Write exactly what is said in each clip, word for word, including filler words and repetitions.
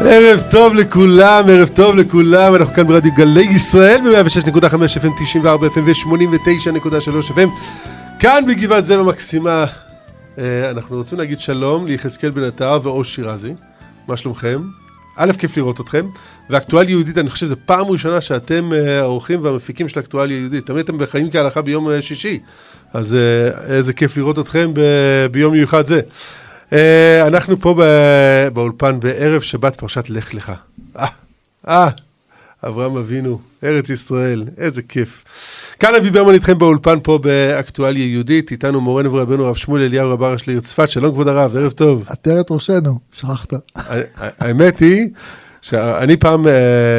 ערב טוב לכולם, ערב טוב לכולם, אנחנו כאן ברדיו גלי ישראל ב-מאה ושש נקודה חמש אף אם, תשעים וארבע אף אם ו-שמונים ותשע נקודה שלוש אף אם, כאן בגבעת זאב המקסימה. אנחנו רוצים להגיד שלום ליחזקאל בן עטר ואוש שירזי, מה שלומכם? א', כיף לראות אתכם, ואקטואליה יהודית, אני חושב שזו פעם ראשונה שאתם האורחים והמפיקים של אקטואליה יהודית, תמיד אתם בחיים כהלכה ביום שישי, אז איזה כיף לראות אתכם ב- ביום מיוחד זה. אנחנו פה באולפן בערב שבת פרשת לך לך. אה, אה, אברהם אבינו, ארץ ישראל, איזה כיף. כאן אבי ברמן איתכם באולפן פה באקטואליה יהודית, איתנו מורנו ורבנו רב שמואל אליהו רב הראשי לעיר צפת. שלום כבוד הרב, ערב טוב. עטרת ראשנו, שכחת. האמת היא שאני פעם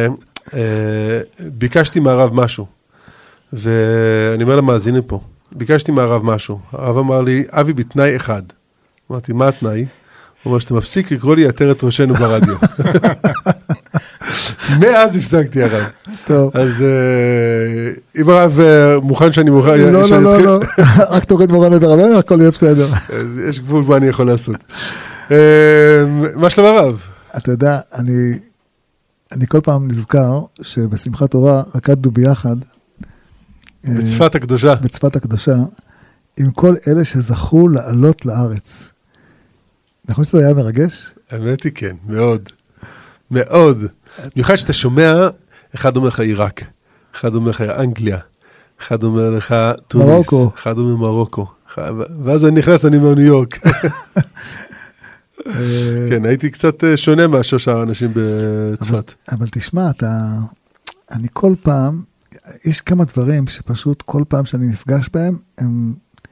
ביקשתי מהרב משהו, ואני אומר למאזינים פה, ביקשתי מהרב משהו, הרב אמר לי, אבי בתנאי אחד. אמרתי, מה התנאי? הוא אומר שאתה מפסיק לקרוא לי עטרת ראשנו ברדיו. מאז הפסקתי הרב. טוב. אז אם הרב מוכן שאני מוכן... לא, לא, לא, לא. רק תוריד מורנו ורבנו, הכל יהיה בסדר. יש גבול מה אני יכול לעשות. מה שלום הרב? אתה יודע, אני כל פעם נזכר שבשמחת תורה רקדנו ביחד. בצפת הקדושה. בצפת הקדושה. עם כל אלה שזכו לעלות לארץ. נכון שזה היה מרגש? האמת היא כן, מאוד. מאוד. במיוחד שאתה שומע, אחד אומר לך עיראק, אחד אומר לך אנגליה, אחד אומר לך טוניס, מרוקו. אחד אומר מרוקו. ואז אני נכנס, אני אומר ניו יורק. כן, הייתי קצת שונה מהשלושה האנשים בצפת. אבל תשמע, אתה, אני כל פעם, יש כמה דברים שפשוט כל פעם שאני נפגש בהם, הם...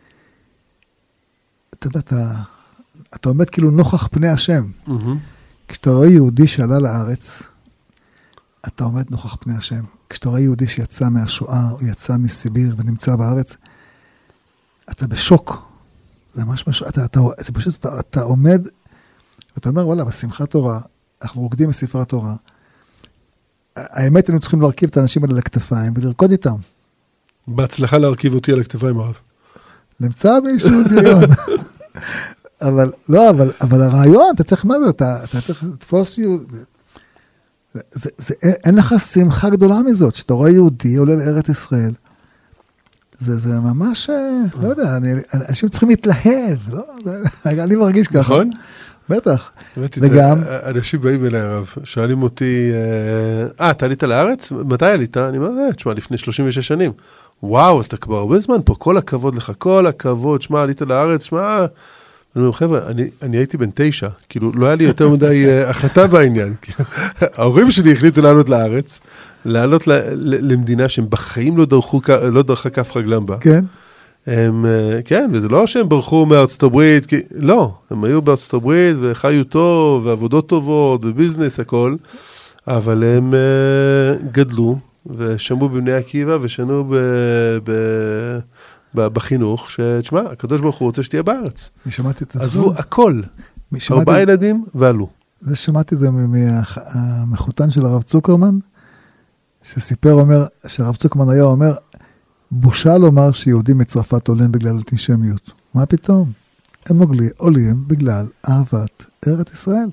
אתה יודע, אתה, אתה עומד כאילו נוכח פני השם. Mm-hmm. כשאתה רואה יהודי שעלה לארץ, אתה עומד נוכח פני השם. כשאתה רואה יהודי שיצא מהשואה, או יצא מסיביר ונמצא בארץ, אתה בשוק. זה ממש משהו, אתה, אתה, זה פשוט, אתה, אתה עומד, ואתה אומר, וואלה, בשמחת תורה, אנחנו רוקדים בספר התורה, האמת, היינו צריכים להרכיב את האנשים האלה לכתפיים, ולרקוד איתם. בהצלחה להרכיב אותי על הכתפיים, הרב. נמצא באיזשהו דיון. אבל, לא, אבל, אבל הרעיון, אתה צריך, מה זה, אתה, אתה צריך לתפוס יהודי, זה, זה, אין לך שמחה גדולה מזאת, שאתה רואה יהודי עולה לארץ ישראל, זה, זה ממש, לא יודע, אני, אנשים צריכים להתלהב, לא? זה, אני מרגיש ככה. נכון? בטח. וגם... אנשים באים אליי הרב, שואלים אותי, אה, אתה עלית לארץ? מתי עלית? אני אומר, תשמע, לפני שלושים ושש שנים. וואו, אז אתה כבר הרבה זמן פה, כל הכבוד לך, כל הכבוד, שמה, עלית לארץ, שמה... אני אומר, חבר'ה, אני, אני הייתי בן תשע, כאילו, לא היה לי יותר מדי uh, החלטה בעניין. ההורים שלי החליטו לעלות לארץ, לעלות ל, ל, למדינה שהם בחיים לא דרכו, לא דרכה כף רגלם בה. כן. הם, uh, כן, וזה לא שהם ברחו מארצות הברית, כי, לא, הם היו בארצות הברית וחיו טוב, ועבודות טובות, וביזנס, הכל, אבל הם uh, גדלו, ושמעו בבני עקיבא, ושנו ב... ב בחינוך, שתשמע, הקדוש ברוך הוא רוצה שתהיה בארץ. אני שמעתי את זה. עזבו הכל. ארבעה ילדים ועלו. זה שמעתי את זה מהמחותן של הרב צוקרמן, שסיפר אומר, שהרב צוקרמן היה אומר, בושה לומר שיהודים מצרפת עולים בגלל אנטישמיות. מה פתאום? הם עולים בגלל אהבת ארץ ישראל.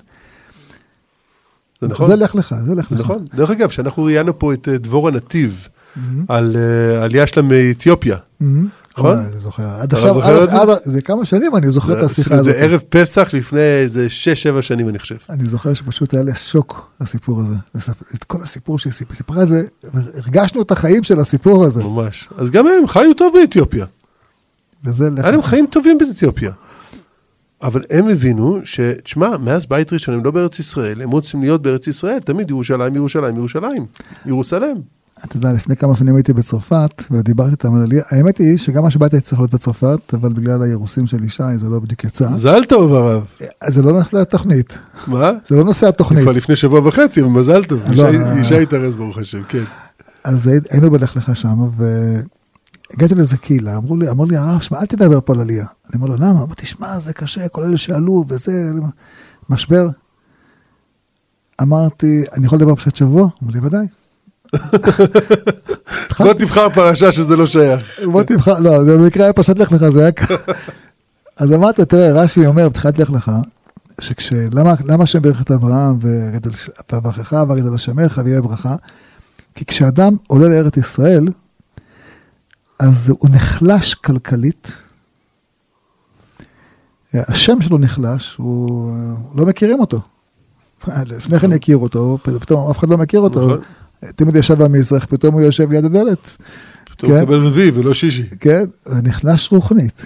זה נכון. זה לך לך, זה לך לך. נכון. דרך אגב, שאנחנו ראיינו פה את דבור הנתיב, על עלייה שלה מאתיופיה. נכון? אני זוכר. עד עכשיו, זה כמה שנים אני זוכר את השיחה הזאת. זה ערב פסח לפני איזה שש שבע שנים אני חושב. אני זוכר שפשוט היה לי שוק הסיפור הזה. את כל הסיפור שהיא סיפרה את זה, הרגשנו את החיים של הסיפור הזה. ממש. אז גם הם חיו טוב באתיופיה. הם חיים טובים באתיופיה. אבל הם הבינו שתשמע, מאז בית ראשון הם לא בארץ ישראל, הם רוצים להיות בארץ ישראל, תמיד ירושלים, ירושלים, ירושלים, ירוסלם. אתה יודע, לפני כמה שנים הייתי בצרפת, ודיברתי איתם על עלייה, האמת היא שגם מה שבאתי צריך להיות בצרפת, אבל בגלל הירוסים של ישי, זה לא בדיוק יצא. מזל טוב הרב. זה לא נושא התוכנית. מה? זה לא נושא התוכנית. כבר לפני שבוע וחצי, אבל מזל טוב. ישי יתארז ברוך השם, כן. אז היינו בלך לך שם, והגעתי לזה קהילה, אמרו לי, אמרו לי, הרב, שמע, אל תדבר פה על עלייה. אני אומר לו, למה? אמרתי, תשמע, זה קשה, כל אלה שעלו, וזה, משבר. אמרתי, אני יכול לדבר פשט שבוע? אמרו לי, ודאי. בוא תבחר פרשה שזה לא שייך. בוא תבחר, לא, זה במקרה היה פשט לך לך, זה היה ככה. אז אמרת, תראה, רש"י אומר, בתחילת לך לך, שכשלמה, למה השם ברך את אברהם, וברכך ורד על השמך ויהיה ברכה? כי כשאדם עולה לארץ ישראל, אז הוא נחלש כלכלית, השם שלו נחלש, הוא לא מכירים אותו. לפני כן יכיר אותו, פתאום אף אחד לא מכיר אותו. תמיד ישב במזרח, פתאום הוא יושב ליד הדלת. פתאום הוא מקבל רביעי ולא שישי. כן, נחלש רוחנית.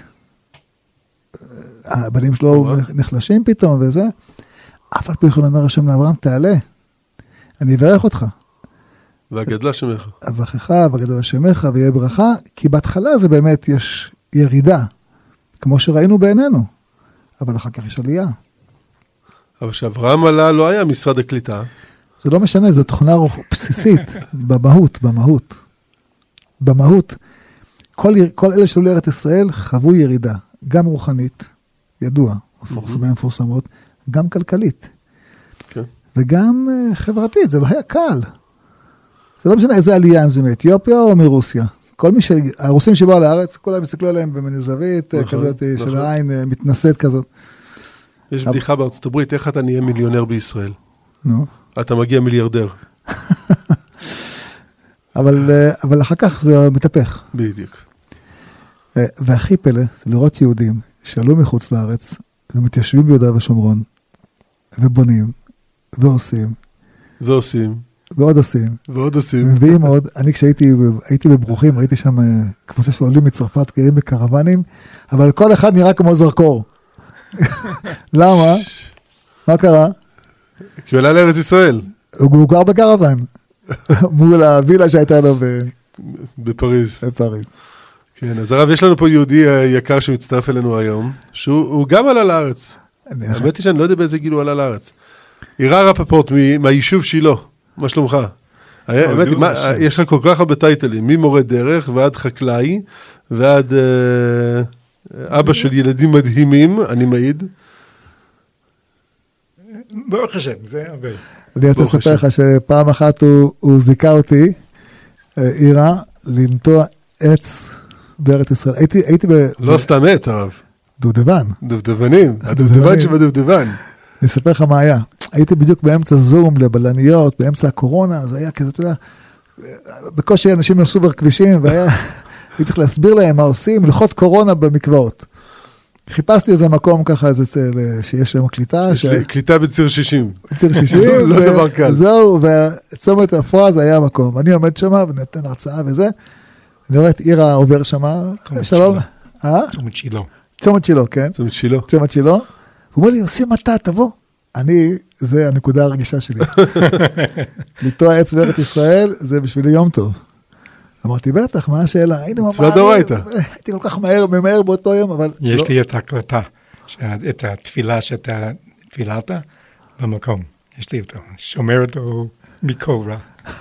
הבנים שלו נחלשים פתאום וזה. אף על פי כן אומר השם לאברהם, תעלה, אני אברך אותך. והגדלה שמך. אברכך והגדלה שמך ויהיה ברכה, כי בהתחלה זה באמת יש ירידה, כמו שראינו בעינינו, אבל אחר כך יש עלייה. אבל כשאברהם עלה לא היה משרד הקליטה. זה לא משנה, זו תכונה בסיסית, במהות, במהות. במהות, כל, כל אלה שעלו לארץ ישראל חוו ירידה, גם רוחנית, ידוע, מפורסמות, מפורסמות, גם כלכלית. כן. וגם uh, חברתית, זה לא היה קל. זה לא משנה איזה עלייה, אם זה מאתיופיה או מרוסיה. כל מי ש... הרוסים שבאו לארץ, כולם הסתכלו עליהם במין זווית, נכון, כזאת נכון. של העין מתנשאת כזאת. יש אבל... בדיחה בארצות הברית, איך אתה נהיה מיליונר בישראל? נו. אתה מגיע מיליארדר. אבל, אבל אחר כך זה מתהפך. בדיוק. והכי פלא, זה לראות יהודים שעלו מחוץ לארץ, ומתיישבים ביהודה ושומרון, ובונים, ועושים. ועושים. ועוד עושים. ועוד עושים. ומביאים עוד. אני כשהייתי הייתי בברוחים, ראיתי שם קבוצה של עולים מצרפת, גרים בקרוונים, אבל כל אחד נראה כמו זרקור. למה? מה קרה? כי הוא עלה לארץ ישראל. הוא גר בקרוון. מול הווילה שהייתה לו בפריז. בפריז. כן, אז הרב, יש לנו פה יהודי יקר שמצטרף אלינו היום, שהוא גם עלה לארץ. האמת היא שאני לא יודע באיזה גיל הוא עלה לארץ. עירה רפפורט מהיישוב שילה. מה שלומך? האמת היא, יש לך כל כך הרבה טייטלים, ממורה דרך ועד חקלאי, ועד אבא של ילדים מדהימים, אני מעיד. ברוך השם, זה הרבה. אני רוצה לספר לך שפעם אחת הוא זיקה אותי, עירה, לנטוע עץ בארץ ישראל. הייתי ב... לא סתם עץ, הרב. דובדבן. דובדבנים, הדובדבן שבדובדבן. אני אספר לך מה היה. הייתי בדיוק באמצע זום לבלניות, באמצע הקורונה, זה היה כזה, אתה יודע, בקושי אנשים נסעו בכבישים, והיה, הייתי צריך להסביר להם מה עושים, ללכות קורונה במקוואות. חיפשתי איזה מקום ככה, איזה צל, שיש שם קליטה. קליטה בציר שישים. בציר שישים. לא דבר קל. זהו, וצומת הפרז היה מקום. אני עומד שם ונותן הרצאה וזה. אני רואה את עירה עובר שם. שלום. צומת שילה. צומת שילה, כן. צומת שילה. צומת שילה. הוא אומר לי, עושים אתה, תבוא. אני, זה הנקודה הרגישה שלי. לטוע עץ בארץ ישראל, זה בשבילי יום טוב. אמרתי, בטח, מה השאלה? היינו ממהר, הייתי כל כך מהר, ממהר באותו יום, אבל... יש לי את ההקלטה, את התפילה שאתה תפילת במקום. יש לי אותו, שומר אותו מכל רע.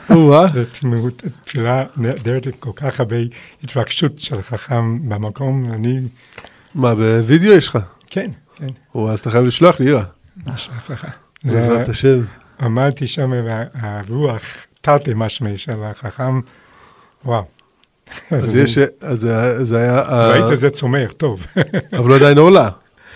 תפילה נהדרת, כל כך הרבה התרגשות של חכם במקום, אני... מה, בווידאו יש לך? כן, כן. אז אתה חייב לשלוח לי, אירה. נשלח לך. בעזרת השם. עמדתי שם, והרוח, תרתי משמע של החכם, וואו. אז יש, אז זה היה... והעץ הזה צומח, טוב. אבל עדיין עולה.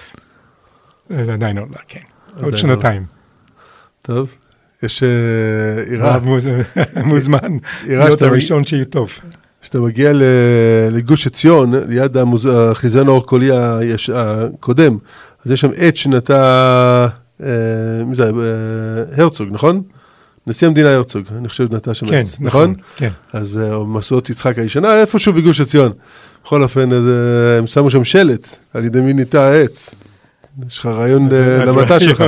זה עדיין עולה, כן. עוד שנתיים. טוב. יש עירה... מוזמן. להיות הראשון שיהיה טוב. כשאתה מגיע לגוש עציון, ליד החיזיון האור קולי הקודם, אז יש שם עץ שנטע, מי זה, הרצוג, נכון? נשיא המדינה הרצוג, אני חושב נטע שם עץ, נכון? כן. אז מסעות יצחק הישנה, איפשהו בגוש עציון. בכל אופן, הם שמו שם שלט, על ידי מי ניטע העץ. יש לך רעיון למטה שלך.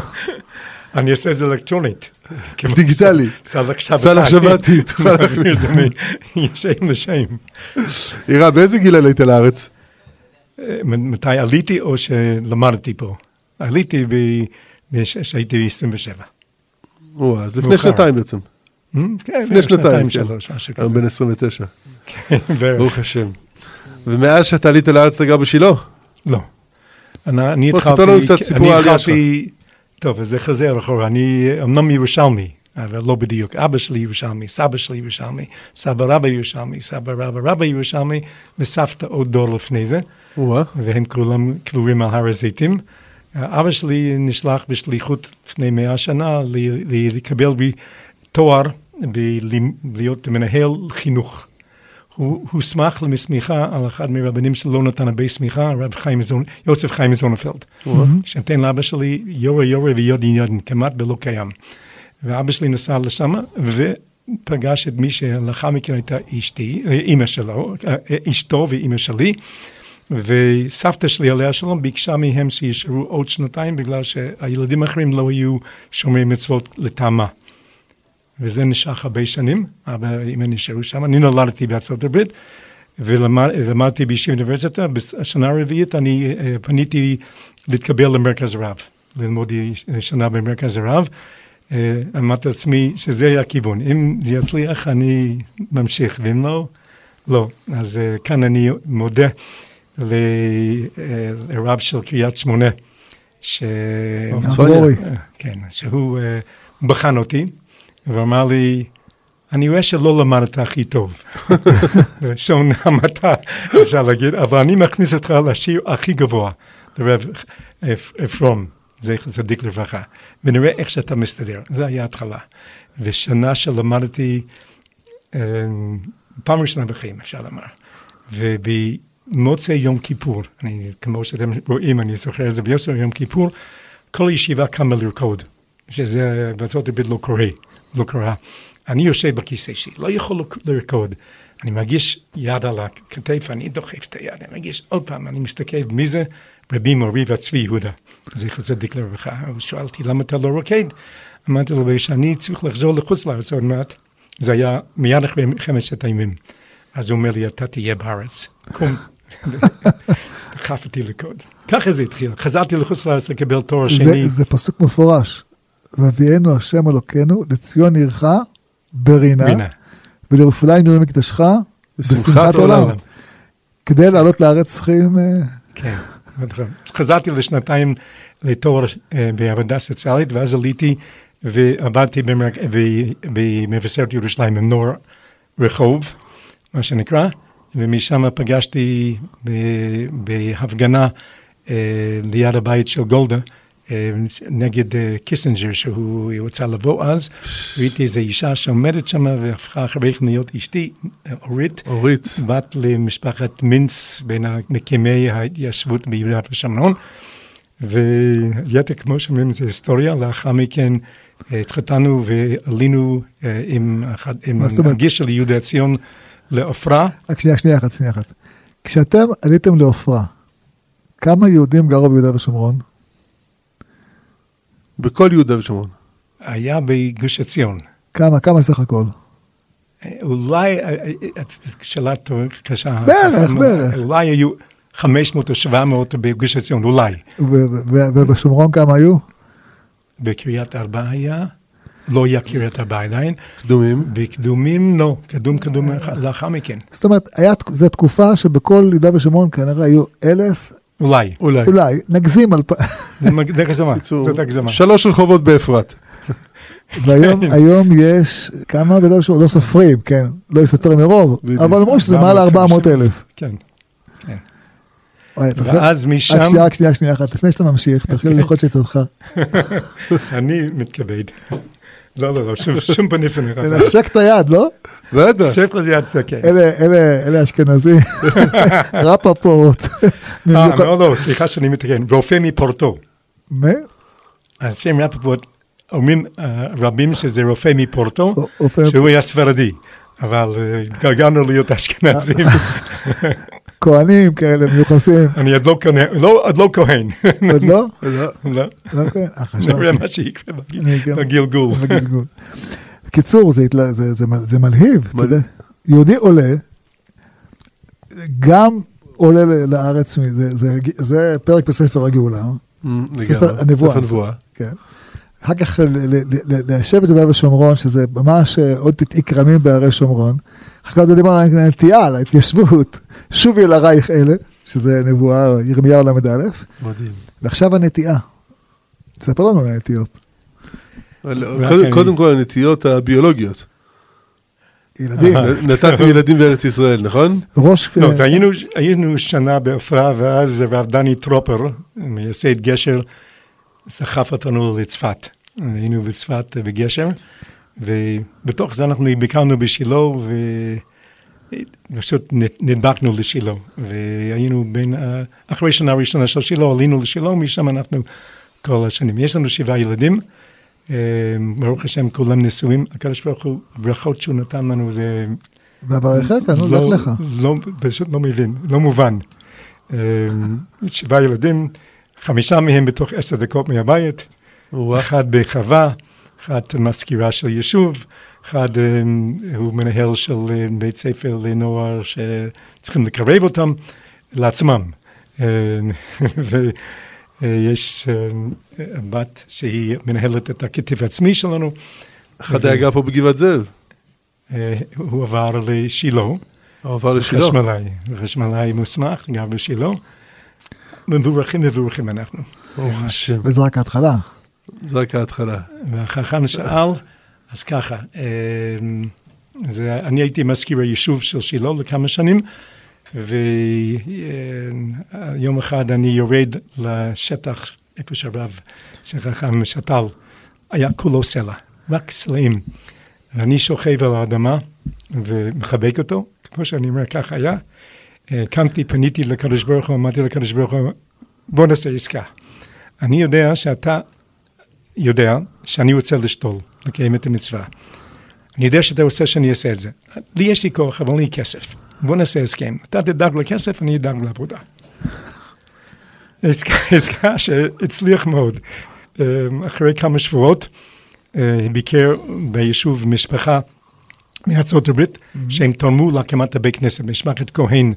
אני אעשה את זה אלקטרונית. דיגיטלי. סלח שבתי. סלח שבתי. תוכל להכניס את זה משם לשם. עירה, באיזה גיל עלית לארץ? מתי עליתי או שלמדתי פה? עליתי כשהייתי עשרים ושבע. או, אז לפני שנתיים בעצם. כן, לפני שנתיים, שלוש. היום בן עשרים ותשע. כן, בערך. ברוך השם. ומאז שאתה עלית לארץ אתה גר בשילה? לא. אני התחלתי... תספר לנו קצת סיפור העלייה שלך. טוב, אז זה חזר אחורה. אני אמנם ירושלמי, אבל לא בדיוק. אבא שלי ירושלמי, סבא שלי ירושלמי, סבא רבא ירושלמי, סבא רבא רבא ירושלמי, וסבתא עוד דור לפני זה. והם כולם קבורים על הר הזיתים. אבא שלי נשלח בשליחות לפני מאה שנה לקבל תואר ולהיות מנהל חינוך. הוא הוסמך למסמיכה על אחד מרבנים שלא נתן הרבה סמיכה, הרב חיים יוסף חיים זונפלד. שנתן לאבא שלי יורה יורה ויודין יודין, כמעט ולא קיים. ואבא שלי נסע לשם ופגש את מי שלאחר מכן הייתה אשתי, אמא שלו, אשתו ואמא שלי, וסבתא שלי עליה שלום ביקשה מהם שישארו עוד שנתיים בגלל שהילדים האחרים לא היו שומרי מצוות לטעמה. וזה נשאר הרבה שנים, אבא אמא נשארו שם. אני נולדתי בארצות הברית, ולמדתי בישיבת אוניברסיטה. בשנה הרביעית אני פניתי להתקבל למרכז הרב, ללמוד שנה במרכז הרב. אמרתי לעצמי שזה היה הכיוון. אם זה יצליח, אני ממשיך, ואם לא, לא. אז כאן אני מודה לרב של קריית שמונה, ש... כן, שהוא בחן אותי, ואמר לי, אני רואה שלא למדת הכי טוב. שעון המתה, אפשר להגיד, אבל אני מכניס אותך לשיר הכי גבוה, לרב אפרום, זה צדיק לברכה, ונראה איך שאתה מסתדר. זה היה התחלה. ושנה שלמדתי, פעם ראשונה בחיים, אפשר לומר. ובמוצאי יום כיפור, אני, כמו שאתם רואים, אני זוכר את זה ביוסר יום כיפור, כל הישיבה קמה לרקוד, שזה בארצות הברית לא קורה, לא קרה. אני יושב בכיסא שלי, לא יכול לרקוד. אני מרגיש יד על הכתף, אני דוחף את היד, אני מרגיש עוד פעם, אני מסתכל, מי זה? רבי מורי והצבי יהודה. זכר צדיק לברכה. הוא שואל אותי, למה אתה לא רוקד? אמרתי לו, שאני צריך לחזור לחוץ לארץ עוד מעט. זה היה מיד אחרי חמשת הימים. אז הוא אומר לי, אתה תהיה בארץ. קום. דחף אותי לקוד. ככה זה התחיל. חזרתי לחוץ לארץ לקבל תואר שני. זה פסוק מפורש. והביאנו השם אלוקינו לציון עירך ברינה, ולירושלים נראה מקדשך בשמחת עולם. כדי לעלות לארץ צריכים... כן, נכון. אז חזרתי לשנתיים לתואר בעבודה סוציאלית, ואז עליתי ועבדתי במבשרת ירושלים, עם נוער רחוב, מה שנקרא, ומשם פגשתי בהפגנה ליד הבית של גולדה, נגד קיסינג'ר, שהוא יוצא לבוא אז. ראיתי איזו אישה שעומדת שם, והפכה אחרי להיות אשתי, אורית. אורית. בת למשפחת מינץ, בין מקימי ההתיישבות ביהודה ושומרון. ויתר, כמו שאומרים, זו היסטוריה. לאחר מכן התחתנו ועלינו עם הגיש של יהודי הציון לעופרה. רק שנייה, שנייה אחת, שנייה אחת. כשאתם עליתם לעופרה, כמה יהודים גרו ביהודה ושומרון? בכל יהודה ושומרון. היה בגוש עציון. כמה, כמה סך הכל? אולי, שאלה קשה. בערך, בערך. אולי היו חמש מאות או שבע מאות בגוש עציון, אולי. ובשומרון כמה היו? בקריית ארבע היה, לא היה קריית ארבע עדיין. קדומים? בקדומים, לא. קדום, קדום לאחר מכן. זאת אומרת, זו תקופה שבכל יהודה ושומרון כנראה היו אלף... אולי. אולי. אולי, נגזים על... זה הגזמה, זאת הגזמה. שלוש רחובות באפרת. והיום יש כמה, לא סופרים, כן, לא יספר מרוב, אבל אמרו שזה מעל ארבע מאות אלף. כן, כן. ואז משם... רק שנייה, שנייה אחת, לפני שאתה ממשיך, תתחיל ללחוץ את אותך. אני מתכבד. לא, לא, לא, שום פנים פנים. לנשק את היד, לא? בטח. נשק את היד, זה כן. אלה אשכנזים, רפפורט. אה, לא, לא, סליחה שאני מתקן, רופא מפורטו. מה? השם רפפורט, אומרים רבים שזה רופא מפורטו, שהוא היה ספרדי, אבל התגלגלנו להיות אשכנזים. כהנים כאלה, מיוחסים. אני עוד לא כהן. עוד לא כהן. עוד לא? לא. לא כהן? נראה מה שיקרה בגלגול. בקיצור, זה מלהיב. יהודי עולה, גם עולה לארץ, זה פרק בספר הגאולה. ספר הנבואה. כן. אחר כך ליישב את יהודה ושומרון, שזה ממש עוד תתעי כרמים בערי שומרון. אחר כך דיבר על הנטייה, על ההתיישבות, שובי אל הרייך אלה, שזה נבואה, ירמיהו למד א', מדהים. ועכשיו הנטייה. תספר לנו על הנטיות. קודם כל הנטיות הביולוגיות. ילדים. נתתם ילדים בארץ ישראל, נכון? ראש... לא, היינו שנה באפרה, ואז רב דני טרופר, מייסד גשר, סחף אותנו לצפת. היינו בצפת בגשר, ובתוך זה אנחנו ביקרנו בשילה, ופשוט נדבקנו לשילה. והיינו בין, אחרי שנה ראשונה של שילה, עלינו לשילה, משם אנחנו כל השנים. יש לנו שבעה ילדים, ברוך השם כולם נשואים, הקדוש ברוך הוא, הברכות שהוא נתן לנו זה... והברכת, אני הולך לך. לא, פשוט לא מבין, לא מובן. שבעה ילדים, חמישה מהם בתוך עשר דקות מהבית, אחד בחווה, אחד מזכירה של יישוב, אחד הוא מנהל של בית ספר לנוער שצריכים לקרב אותם לעצמם. ויש בת שהיא מנהלת את הכתב עצמי שלנו. אחד היה גר פה בגבעת זאב. הוא עבר לשילה. הוא עבר לשילה. חשמלאי. חשמלאי מוסמך, גר בשילה. מבורכים מבורכים אנחנו. ברוך השם. וזה רק ההתחלה. זה רק ההתחלה. והחכם שאל, אז ככה, זה, אני הייתי מזכיר היישוב של שילה לכמה שנים, ויום אחד אני יורד לשטח, איפה שהרב שחכם שתל, היה כולו סלע, רק סלעים. ואני שוכב על האדמה ומחבק אותו, כמו שאני אומר, כך היה. קמתי, פניתי לקדוש ברוך הוא, אמרתי לקדוש ברוך הוא, בוא נעשה עסקה. אני יודע שאתה יודע שאני רוצה לשתול, לקיים את המצווה. אני יודע שאתה רוצה שאני אעשה את זה. לי יש לי כוח, אבל לי כסף. בוא נעשה הסכם. אתה תדאג לכסף, אני אדאג לעבודה. עסקה שהצליח מאוד. אחרי כמה שבועות, ביקר ביישוב משפחה מארצות הברית, שהם תרמו להקמת הבית כנסת, משפחת כהן,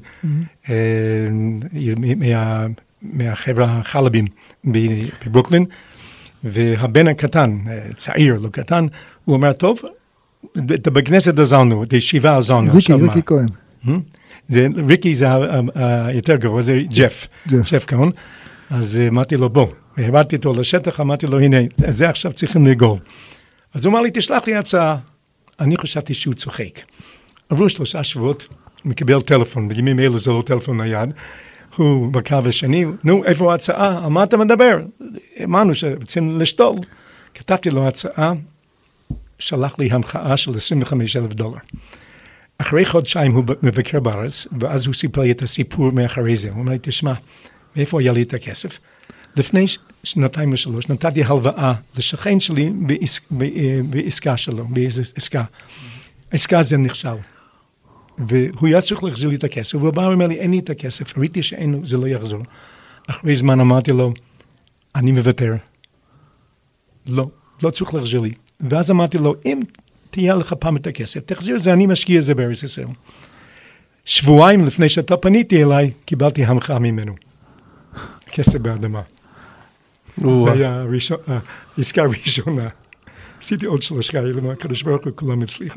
מהחברה החלבים בברוקלין, והבן הקטן, צעיר, לא קטן, הוא אומר, טוב, את הבית כנסת עזרנו, את הישיבה עזרנו. ריקי, ריקי כהן. זה, ריקי זה היותר גרוע, זה ג'ף, ג'ף כהן. אז אמרתי לו, בוא, והבאתי אותו לשטח, אמרתי לו, הנה, זה עכשיו צריכים לגור. אז הוא אמר לי, תשלח לי הצעה. אני חשבתי שהוא צוחק. עברו שלושה שבועות, מקבל טלפון, בימים אלו זה לא טלפון נייד, הוא בקו השני, נו, איפה ההצעה? על מה אתה מדבר? אמרנו שרוצים לשתול. כתבתי לו הצעה, שלח לי המחאה של עשרים וחמישה אלף דולר. אחרי חודשיים הוא מבקר בארץ, ואז הוא סיפר לי את הסיפור מאחרי זה. הוא אומר לי, תשמע, מאיפה היה לי את הכסף? לפני שנתיים ושלוש, נתתי הלוואה לשכן שלי בעסקה שלו, באיזו עסקה. העסקה זה נכשל. והוא היה צריך להחזיר לי את הכסף, והוא בא ואומר לי, אין לי את הכסף, ראיתי שאין, זה לא יחזור. אחרי זמן אמרתי לו, אני מוותר. לא, לא צריך להחזיר לי. ואז אמרתי לו, אם תהיה לך פעם את הכסף, תחזיר את זה, אני משקיע את זה בארץ ישראל. שבועיים לפני שאתה פניתי אליי, קיבלתי המחאה ממנו. כסף באדמה. זה היה העסקה הראשונה. עשיתי עוד שלוש כאלה, מהקדוש ברוך הוא כולם הצליחו.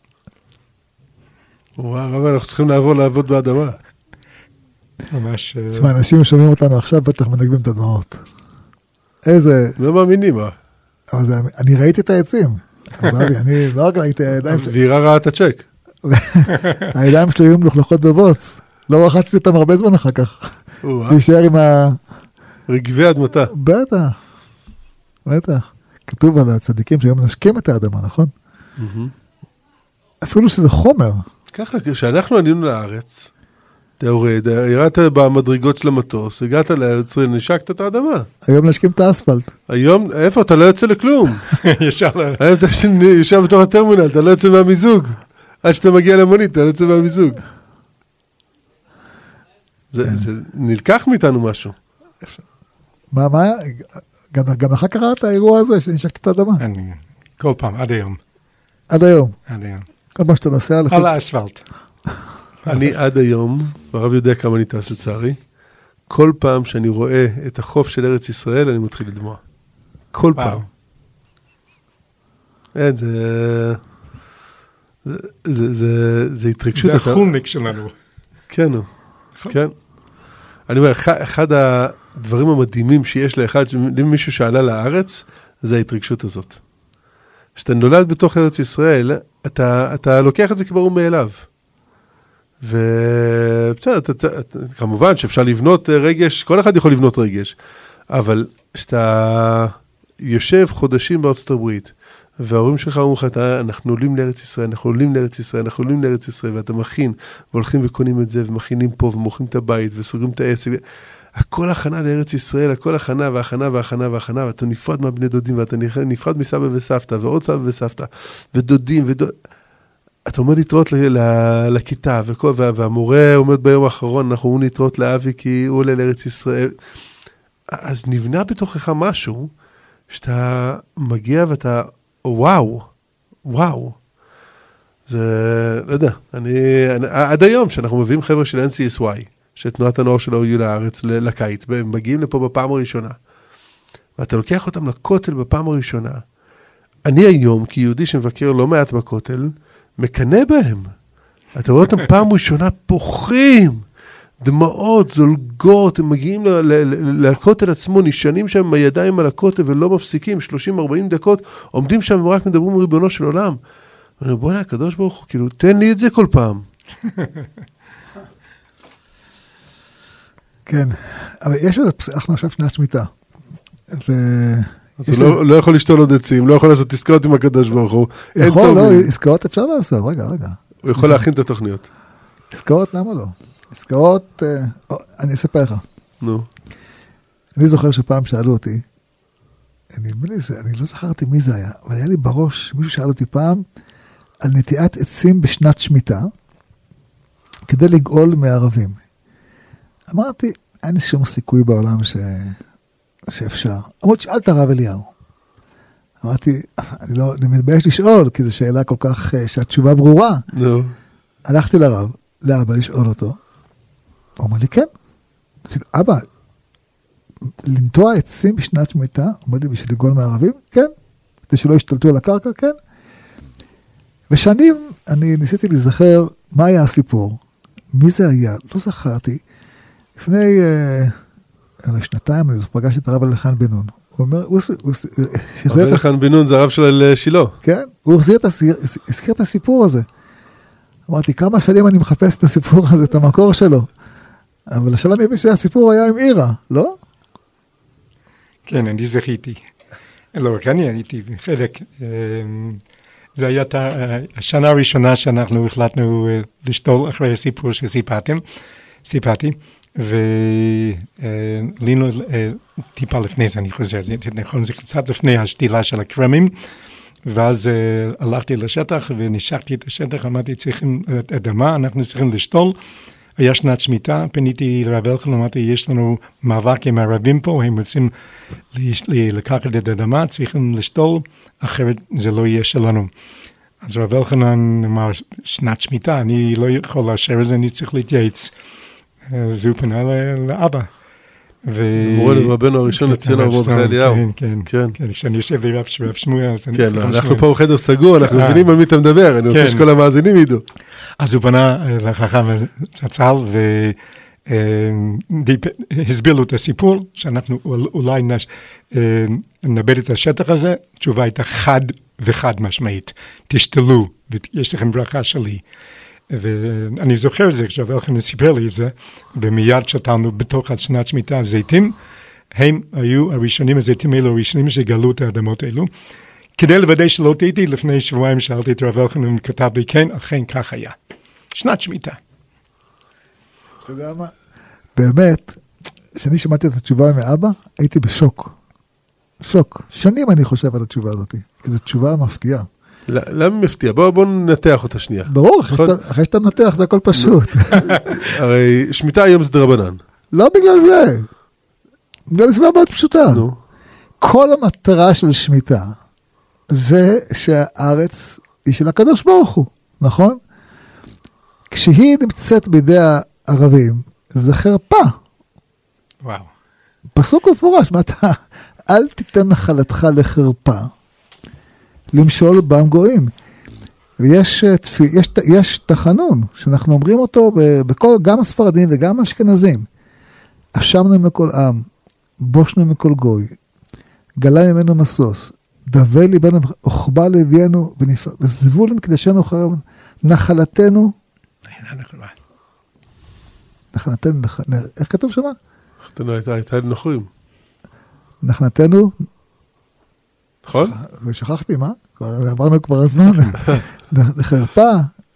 וואו, אבל אנחנו צריכים לעבור לעבוד באדמה. ממש... תשמע, אנשים שומעים אותנו עכשיו, בטח מנגבים את הדמעות. איזה... לא מאמינים, מה? אבל זה, אני ראיתי את העצים. אני לא רק ראיתי את הידיים שלי. וירה ראה את הצ'ק. הידיים שלי היו מלוכלכות בבוץ. לא רחצתי אותם הרבה זמן אחר כך. להישאר עם ה... רגבי אדמתה. בטח. בטח. כתוב על הצדיקים שהיום נשקים את האדמה, נכון? אפילו שזה חומר. ככה, כשאנחנו עלינו לארץ, אתה יורד, ירדת במדרגות של המטוס, הגעת לארץ, נשקת את האדמה. היום נשקים את האספלט. היום, איפה? אתה לא יוצא לכלום. ישר ל... היום אתה יושב בתוך הטרמינל, אתה לא יוצא מהמיזוג. עד שאתה מגיע למונית, אתה לא יוצא מהמיזוג. זה נלקח מאיתנו משהו. מה, מה? גם לך קרה את האירוע הזה שנשקת את האדמה? כל פעם, עד היום. עד היום? עד היום. כל פעם שאתה נוסע לחוץ... על האספלט. אני עד היום, והרב יודע כמה אני טס לצערי, כל פעם שאני רואה את החוף של ארץ ישראל, אני מתחיל לדמוע. כל פעם. אין, זה... זה התרגשות. זה החולניק שלנו. כן, כן. אני אומר, אחד הדברים המדהימים שיש לאחד, למישהו שעלה לארץ, זה ההתרגשות הזאת. כשאתה נולד בתוך ארץ ישראל, אתה, אתה לוקח את זה כברור מאליו. ובסדר, כמובן שאפשר לבנות רגש, כל אחד יכול לבנות רגש, אבל כשאתה יושב חודשים בארצות הברית, וההורים שלך אומרים לך, אנחנו עולים לארץ ישראל, אנחנו עולים לארץ ישראל, אנחנו עולים לארץ ישראל, ואתה מכין, והולכים וקונים את זה, ומכינים פה, ומוכרים את הבית, וסוגרים את העסק, הכל הכנה לארץ ישראל, הכל הכנה והכנה והכנה והכנה, ואתה נפרד מהבני דודים, ואתה נפרד מסבא וסבתא, ועוד סבא וסבתא, ודודים, ודוד... אתה אומר להתראות לכיתה, והמורה עומד ביום האחרון, אנחנו אומרים להתראות לאבי, כי הוא עולה לארץ ישראל. אז נבנה בתוכך משהו, שאתה מגיע ואתה, וואו, וואו. זה, לא יודע, אני, אני, עד היום, שאנחנו מביאים חבר'ה של אן סי אס וואי, שתנועת הנוער שלו היו לארץ, לקיץ, והם מגיעים לפה בפעם הראשונה, ואתה לוקח אותם לכותל בפעם הראשונה. אני היום, כיהודי שמבקר לא מעט בכותל, מקנה בהם. אתה רואה אותם פעם ראשונה פוחים, דמעות, זולגות, הם מגיעים לכותל עצמו, נשענים שם עם הידיים על הכותל ולא מפסיקים, שלושים ארבעים דקות, עומדים שם ורק מדברים עם ריבונו של עולם. אני אומר, בוא נה, הקדוש ברוך הוא, כאילו, תן לי את זה כל פעם. כן, אבל יש איזה, אנחנו עכשיו שנת שמיטה. אז הוא לא יכול לשתול עוד עצים, לא יכול לעשות עסקאות עם הקדוש ברוך הוא. יכול, לא, עסקאות אפשר לעשות, רגע, רגע. הוא יכול להכין את התוכניות. עסקאות, למה לא? עסקאות, אני אספר לך. נו. אני זוכר שפעם שאלו אותי, אני לא זכרתי מי זה היה, אבל היה לי בראש, מישהו שאל אותי פעם, על נטיעת עצים בשנת שמיטה, כדי לגאול מערבים. אמרתי, אין שום סיכוי בעולם ש... שאפשר. אמרת, שאל את הרב אליהו. אמרתי, אני לא, אני מתבייש לשאול, כי זו שאלה כל כך, שהתשובה ברורה. נו. הלכתי לרב, לאבא לשאול אותו. הוא אומר לי, כן. אמרתי, אבא, לנטוע עצים בשנת שמיטה, הוא אומר לי, בשביל לגאול מערבים? כן. כדי שלא ישתלטו על הקרקע? כן. ושנים אני ניסיתי להיזכר מה היה הסיפור. מי זה היה? לא זכרתי. לפני אה, שנתיים אני פגשתי את הרב אלחנן בן נון. הוא אומר, הוא... הרב אלחנן בן נון זה הרב של שילה. כן, הוא הזכיר את הסיפור הזה. אמרתי, כמה שנים אני מחפש את הסיפור הזה, את המקור שלו. אבל עכשיו אני מבין שהסיפור היה עם עירה, לא? כן, אני זכיתי. לא, רק אני הייתי חלק. זה היה השנה הראשונה שאנחנו החלטנו לשתול אחרי הסיפור שסיפרתם, סיפרתי, ולינו טיפה לפני זה, אני חוזר, נכון, זה קצת לפני השתילה של הקרמים, ואז הלכתי לשטח ונשקתי את השטח, אמרתי, צריכים אדמה, אנחנו צריכים לשתול, היה שנת שמיטה, פניתי לרב אלחנן, אמרתי, יש לנו מאבק עם הערבים פה, הם רוצים לקחת את האדמה, צריכים לשתול, אחרת זה לא יהיה שלנו. אז רב אלחנן אמר, שנת שמיטה, אני לא יכול לאשר את זה, אני צריך להתייעץ. אז הוא פנה לאבא. מורה לרבנו הראשון, לציון הרב מרדכי אליהו. כן, כן, כן. כשאני יושב לרב שמואל, כן, אנחנו פה בחדר סגור, אנחנו מבינים על מי אתה מדבר, אני רוצה שכל המאזינים ידעו. אז הוא פנה לחכם הצל, והסביר לו את הסיפור, שאנחנו אולי נאבד את השטח הזה, התשובה הייתה חד וחד משמעית, תשתלו, ויש לכם ברכה שלי. ואני זוכר את זה, כשרב אלחנן סיפר לי את זה, ומיד שתלנו בתוך שנת שמיטה הזיתים, הם היו הראשונים, הזיתים האלו הראשונים שגלו את האדמות האלו. כדי לוודא שלא תהייתי, לפני שבועיים שאלתי את רב אלחנן, וכתב לי, כן, אכן כך היה. שנת שמיטה. אתה יודע מה? באמת, כשאני שמעתי את התשובה מאבא, הייתי בשוק. שוק. שנים אני חושב על התשובה הזאת, כי זו תשובה מפתיעה. למה מפתיע? בואו ננתח אותה שנייה. ברור, אחרי שאתה מנתח זה הכל פשוט. הרי שמיטה היום זה דרבנן. לא בגלל זה. בגלל זה מאוד פשוטה. כל המטרה של שמיטה זה שהארץ היא של הקדוש ברוך הוא, נכון? כשהיא נמצאת בידי הערבים, זה חרפה. וואו. פסוק מפורש, מה אתה, אל תיתן נחלתך לחרפה, למשול בם גויים. ויש יש, יש תחנון, שאנחנו אומרים אותו בכל, גם הספרדים וגם האשכנזים. אשמנו מכל עם, בושנו מכל גוי, גלה ממנו מסוס, דווה ליבנו, אוכבה לבינו, וזבו למקדשנו חרב, נחלתנו, נחלתנו, איך כתוב שמה? נחלתנו הייתה, הייתה נוחרים. נחנתנו, נכון? ושכחתי, מה? עברנו כבר הזמן, לחרפה,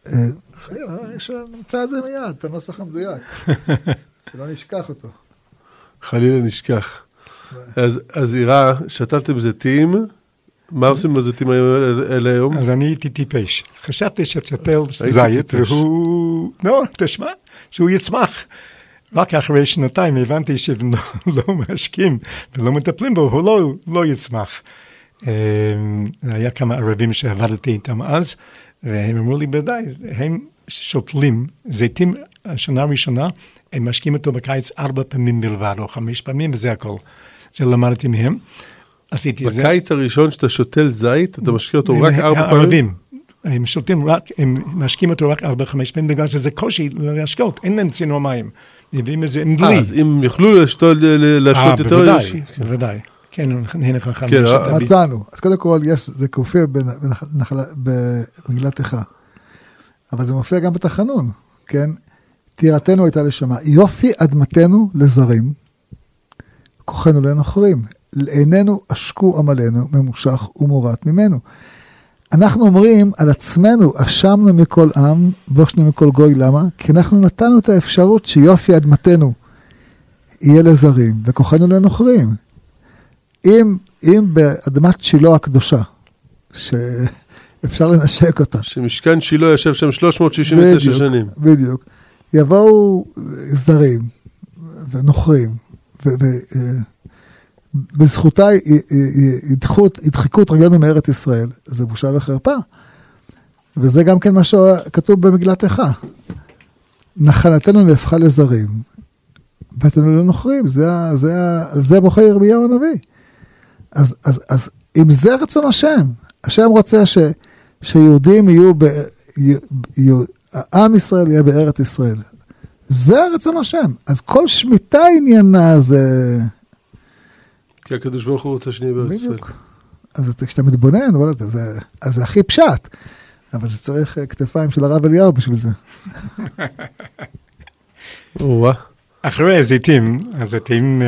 יש נמצא את זה מיד, את הנוסח המדויק, שלא נשכח אותו. חלילה נשכח. אז עירה, שתלתם זיתים, מה עושים בזיתים האלה היום? אז אני הייתי טיפש. חשבתי שתשתל זית, והוא, לא, תשמע, שהוא יצמח. רק אחרי שנתיים הבנתי שהם לא משקיעים ולא מטפלים בו, הוא לא, לא יצמח. היה כמה ערבים שעבדתי איתם אז, והם אמרו לי, בוודאי, הם שותלים זיתים השנה הראשונה, הם משקיעים אותו בקיץ ארבע פעמים בלבד, או חמש פעמים, וזה הכל. זה למדתי מהם. עשיתי את זה. בקיץ הראשון שאתה שותל זית, אתה משקיע אותו רק ארבע פעמים? הערבים. הם שותים רק, הם משקיעים אותו רק ארבע, חמש פעמים, בגלל שזה קושי להשקעות, אין להם צינור מים. מביאים איזה עם דלי. אז אם יוכלו להשתות יותר... בוודאי, בוודאי. כן, הנה חכם. מצאנו. אז קודם כל, זה קופיע במגילת איכה. אבל זה מופיע גם בתחנון, כן? תירתנו הייתה לשמה. יופי אדמתנו לזרים, כוחנו לנוכרים. לעינינו עשקו עמלנו, ממושך ומורת ממנו. אנחנו אומרים על עצמנו, אשמנו מכל עם, בושנו מכל גוי, למה? כי אנחנו נתנו את האפשרות שיופי אדמתנו יהיה לזרים, וכוחנו לנוכרים. אם, אם באדמת שילה הקדושה, שאפשר לנשק אותה. שמשכן שילה ישב שם שלוש מאות שישים ותשע שנים. בדיוק. יבואו זרים ונוכרים, ו... ו בזכותה ידחקו את רגלינו מארץ ישראל. זה בושה וחרפה. וזה גם כן מה שכתוב במגילת איכה. נחלתנו נהפכה לזרים, בתינו לנוכרים. זה, זה, על זה בוכה ירמיהו הנביא. אז, אז, אז אם זה רצון השם, השם רוצה ש, שיהודים יהיו, ב, יהיו, העם ישראל יהיה בארץ ישראל. זה רצון השם. אז כל שמיטה עניינה זה... כי הקדוש ברוך הוא רוצה שנהיה בארץ ישראל. בדיוק. אז כשאתה מתבונן, אז זה הכי פשט. אבל זה צריך כתפיים של הרב אליהו בשביל זה. אחרי הזיתים, הזיתים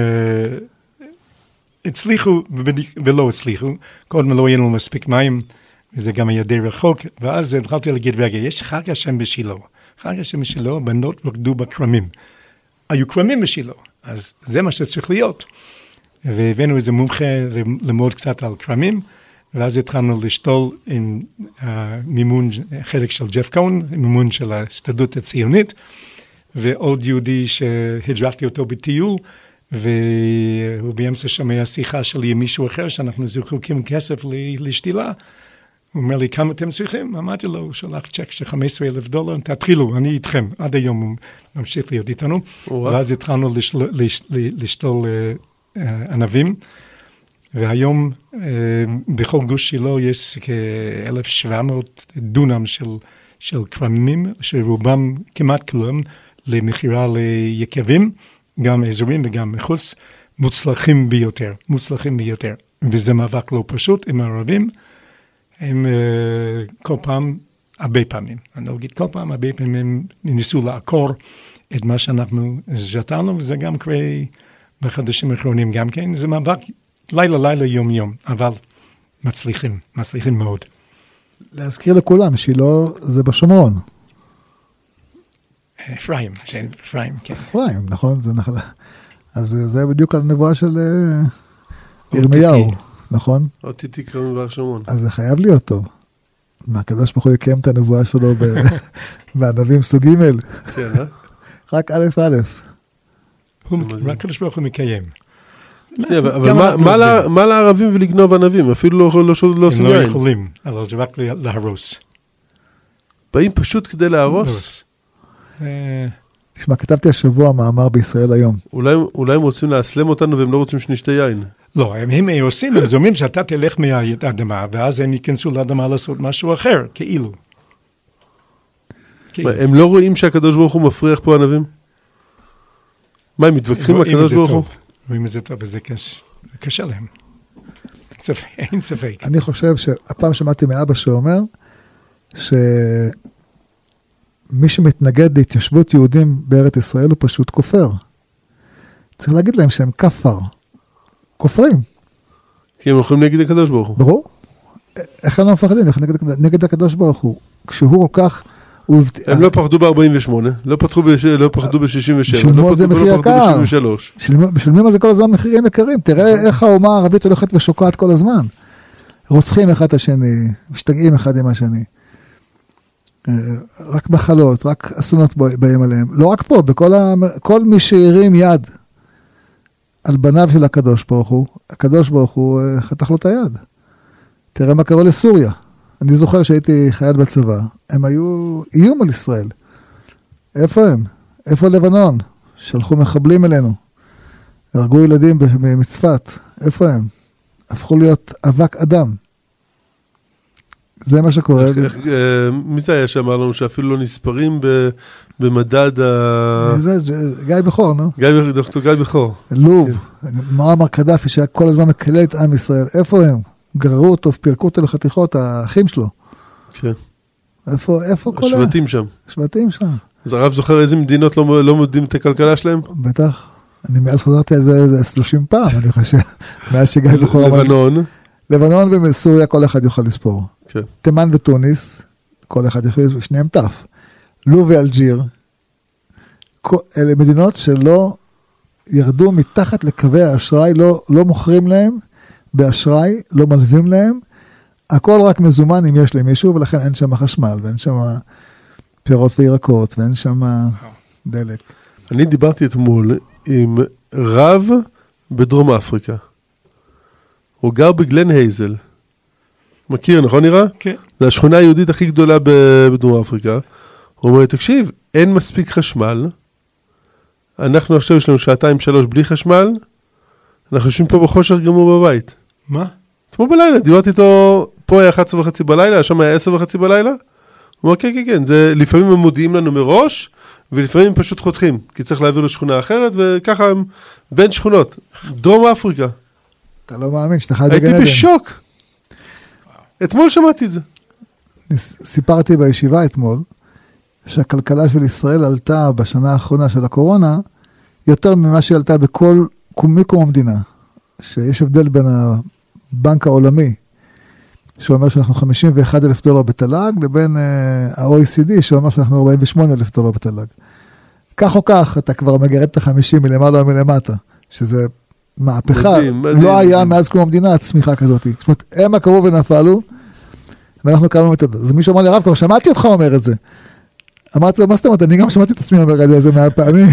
הצליחו ולא הצליחו. קודם לא היה לנו מספיק מים, וזה גם היה די רחוק, ואז התחלתי להגיד, רגע, יש חג השם בשילה. חג השם בשילה, בנות רקדו בכרמים. היו כרמים בשילה, אז זה מה שצריך להיות. והבאנו איזה מומחה ללמוד קצת על כרמים, ואז התחלנו לשתול עם מימון, חלק של ג'ף קאון, מימון של ההסתדרות הציונית, ועוד יהודי שהדרכתי אותו בטיול, והוא באמצע שמע שיחה שלי עם מישהו אחר, שאנחנו זקוקים כסף לשתילה. הוא אומר לי, כמה אתם צריכים? אמרתי לו, הוא שלח צ'ק של חמישה עשר אלף דולר, תתחילו, אני איתכם. עד היום הוא ממשיך להיות איתנו. ואז התחלנו לשתול ענבים, והיום בכל גוש שילה יש כ-אלף ושבע מאות דונם של, של כרמים, שרובם כמעט כולם למכירה ליקבים, גם אזורים וגם מחוץ, מוצלחים ביותר, מוצלחים ביותר. וזה מאבק לא פשוט עם הערבים, הם כל פעם, הרבה פעמים, אני לא אגיד כל פעם, הרבה פעמים הם ניסו לעקור את מה שאנחנו שתלנו, וזה גם קורה בחדשים האחרונים גם כן, זה מאבק לילה לילה יום יום, אבל מצליחים, מצליחים מאוד. להזכיר לכולם, שילה זה בשומרון. אפרים, אפרים, כן. אפרים, נכון, זה נחלה. אז זה בדיוק על הנבואה של ירמיהו, נכון? אותי תקרא מבאר שומרון. אז זה חייב להיות טוב. מה, הקדוש ברוך הוא יקיים את הנבואה שלו בענבים סוג ג' כן, אה? רק א' א'. רק הקדוש ברוך הוא מקיים. אבל מה לערבים ולגנוב ענבים? אפילו לא עושים יין. הם לא יכולים, אבל זה רק להרוס. באים פשוט כדי להרוס? תשמע, כתבתי השבוע מאמר בישראל היום. אולי הם רוצים להסלם אותנו והם לא רוצים שנשתה יין. לא, הם עושים, הם אומרים שאתה תלך מהאדמה, ואז הם ייכנסו לאדמה לעשות משהו אחר, כאילו. הם לא רואים שהקדוש ברוך הוא מפריח פה ענבים? מה, הם מתווכחים עם הקדוש ברוך הוא? רואים את זה טוב, וזה קשה להם. אין ספק. אני חושב שהפעם שמעתי מאבא שאומר, שמי שמתנגד להתיישבות יהודים בארץ ישראל הוא פשוט כופר. צריך להגיד להם שהם כפר. כופרים. כי הם הולכים נגד הקדוש ברוך הוא. ברור. איך הם לא מפחדים? נגד, נגד הקדוש ברוך הוא. כשהוא כל כך... הם לא פחדו ב-ארבעים ושמונה, לא פחדו ב-שישים ושבע, שילמו על זה מחיר יקר. ב-שבעים ושלוש. משלמים על זה כל הזמן מחירים יקרים. תראה איך האומה הערבית הולכת ושוקעת כל הזמן. רוצחים אחד את השני, משתגעים אחד עם השני. רק מחלות, רק אסונות באים עליהם. לא רק פה, בכל ה... כל מי שהרים יד על בניו של הקדוש ברוך הוא, הקדוש ברוך הוא חתך לו את היד. תראה מה קרה לסוריה. אני זוכר שהייתי חייל בצבא, הם היו איום על ישראל. איפה הם? איפה לבנון? שלחו מחבלים אלינו. הרגו ילדים מצפת. איפה הם? הפכו להיות אבק אדם. זה מה שקורה. איך, איך, מי זה היה שאמר לנו שאפילו לא נספרים במדד ה... זה, זה, גיא בכור, נו? גיא, דוקטור גיא בכור. לוב, מועמר קדאפי שהיה כל הזמן מקלל את עם ישראל. איפה הם? גררו אותו, פירקו אותו לחתיכות, האחים שלו. כן. איפה, איפה כל ה... השבטים שם. השבטים שם. אז הרב זוכר איזה מדינות לא, לא מודדים את הכלכלה שלהם? בטח. אני מאז חזרתי על זה איזה שלושים פעם, אני חושב. מאז שגיא בכור... לבנון. לבנון ומסוריה כל אחד יוכל לספור. כן. תימן ותוניס, כל אחד יכול לספור, שניהם טף. לוב ואלג'יר, אלה מדינות שלא ירדו מתחת לקווי האשראי, לא, לא מוכרים להם באשראי, לא מלווים להם, הכל רק מזומן אם יש להם מישהו, ולכן אין שם חשמל, ואין שם פירות וירקות, ואין שם דלק. אני דיברתי אתמול עם רב בדרום אפריקה. הוא גר בגלן הייזל. מכיר, נכון נראה? כן. זה השכונה היהודית הכי גדולה בדרום אפריקה. הוא אומר, תקשיב, אין מספיק חשמל. אנחנו עכשיו יש לנו שעתיים שלוש בלי חשמל. אנחנו יושבים פה בחושך גמור בבית. מה? אתמול בלילה, דיברתי איתו, פה היה אחת עשרה וחצי בלילה, שם היה עשר וחצי בלילה. הוא אומר, כן, כן, כן, זה לפעמים הם מודיעים לנו מראש, ולפעמים הם פשוט חותכים, כי צריך להעביר לשכונה אחרת, וככה הם בין שכונות. דרום אפריקה. אתה לא מאמין שאתה חי בגן עדן. הייתי בשוק. אתמול שמעתי את זה. סיפרתי בישיבה אתמול, שהכלכלה של ישראל עלתה בשנה האחרונה של הקורונה, יותר ממה שהיא עלתה בכל מקום המדינה. שיש הבדל בין הבנק העולמי, שאומר שאנחנו חמישים ואחד אלף דולר בתל"ג, לבין ה-או אי סי די, שאומר שאנחנו ארבעים ושמונה אלף דולר בתל"ג. כך או כך, אתה כבר מגרד את החמישים מלמעלה או מלמטה, שזה מהפכה, מדהים, מדהים, לא היה מדהים. מאז קום המדינה צמיחה כזאת. זאת אומרת, הם הקרוב ונפלו, ואנחנו קמנו את זה. אז מישהו אמר לי, הרב, כבר שמעתי אותך אומר את זה. אמרתי לו, מה זאת אומרת, אני גם שמעתי את עצמי אומר את זה איזה מאה פעמים.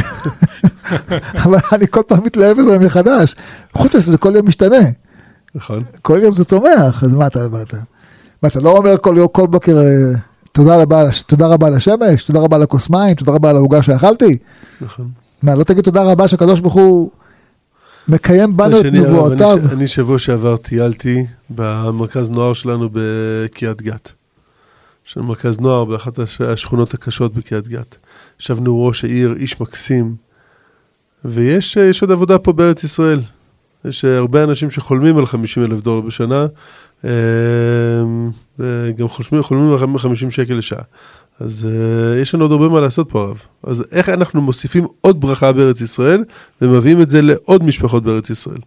אבל אני כל פעם מתלהב איזה מחדש. חוץ לזה, זה כל יום משתנה. נכון. כל יום זה צומח, אז מה אתה, מה אתה? מה אתה לא אומר כל יום, כל בוקר, תודה רבה, תודה רבה לשמש, תודה רבה לכוס מים, תודה רבה לעוגה שאכלתי. נכון. מה, לא תגיד תודה רבה שהקדוש ברוך הוא מקיים בנו את נבואותיו. אני שבוע שעבר טיילתי במרכז נוער שלנו בקריית גת. יש לנו מרכז נוער באחת השכונות הקשות בקריית גת. ישבנו ראש העיר, איש מקסים, ויש יש עוד עבודה פה בארץ ישראל. יש הרבה אנשים שחולמים על חמישים אלף דולר בשנה, וגם חולמים, חולמים על חמישים שקל לשעה. אז יש לנו עוד הרבה מה לעשות פה, הרב. אז איך אנחנו מוסיפים עוד ברכה בארץ ישראל, ומביאים את זה לעוד משפחות בארץ ישראל?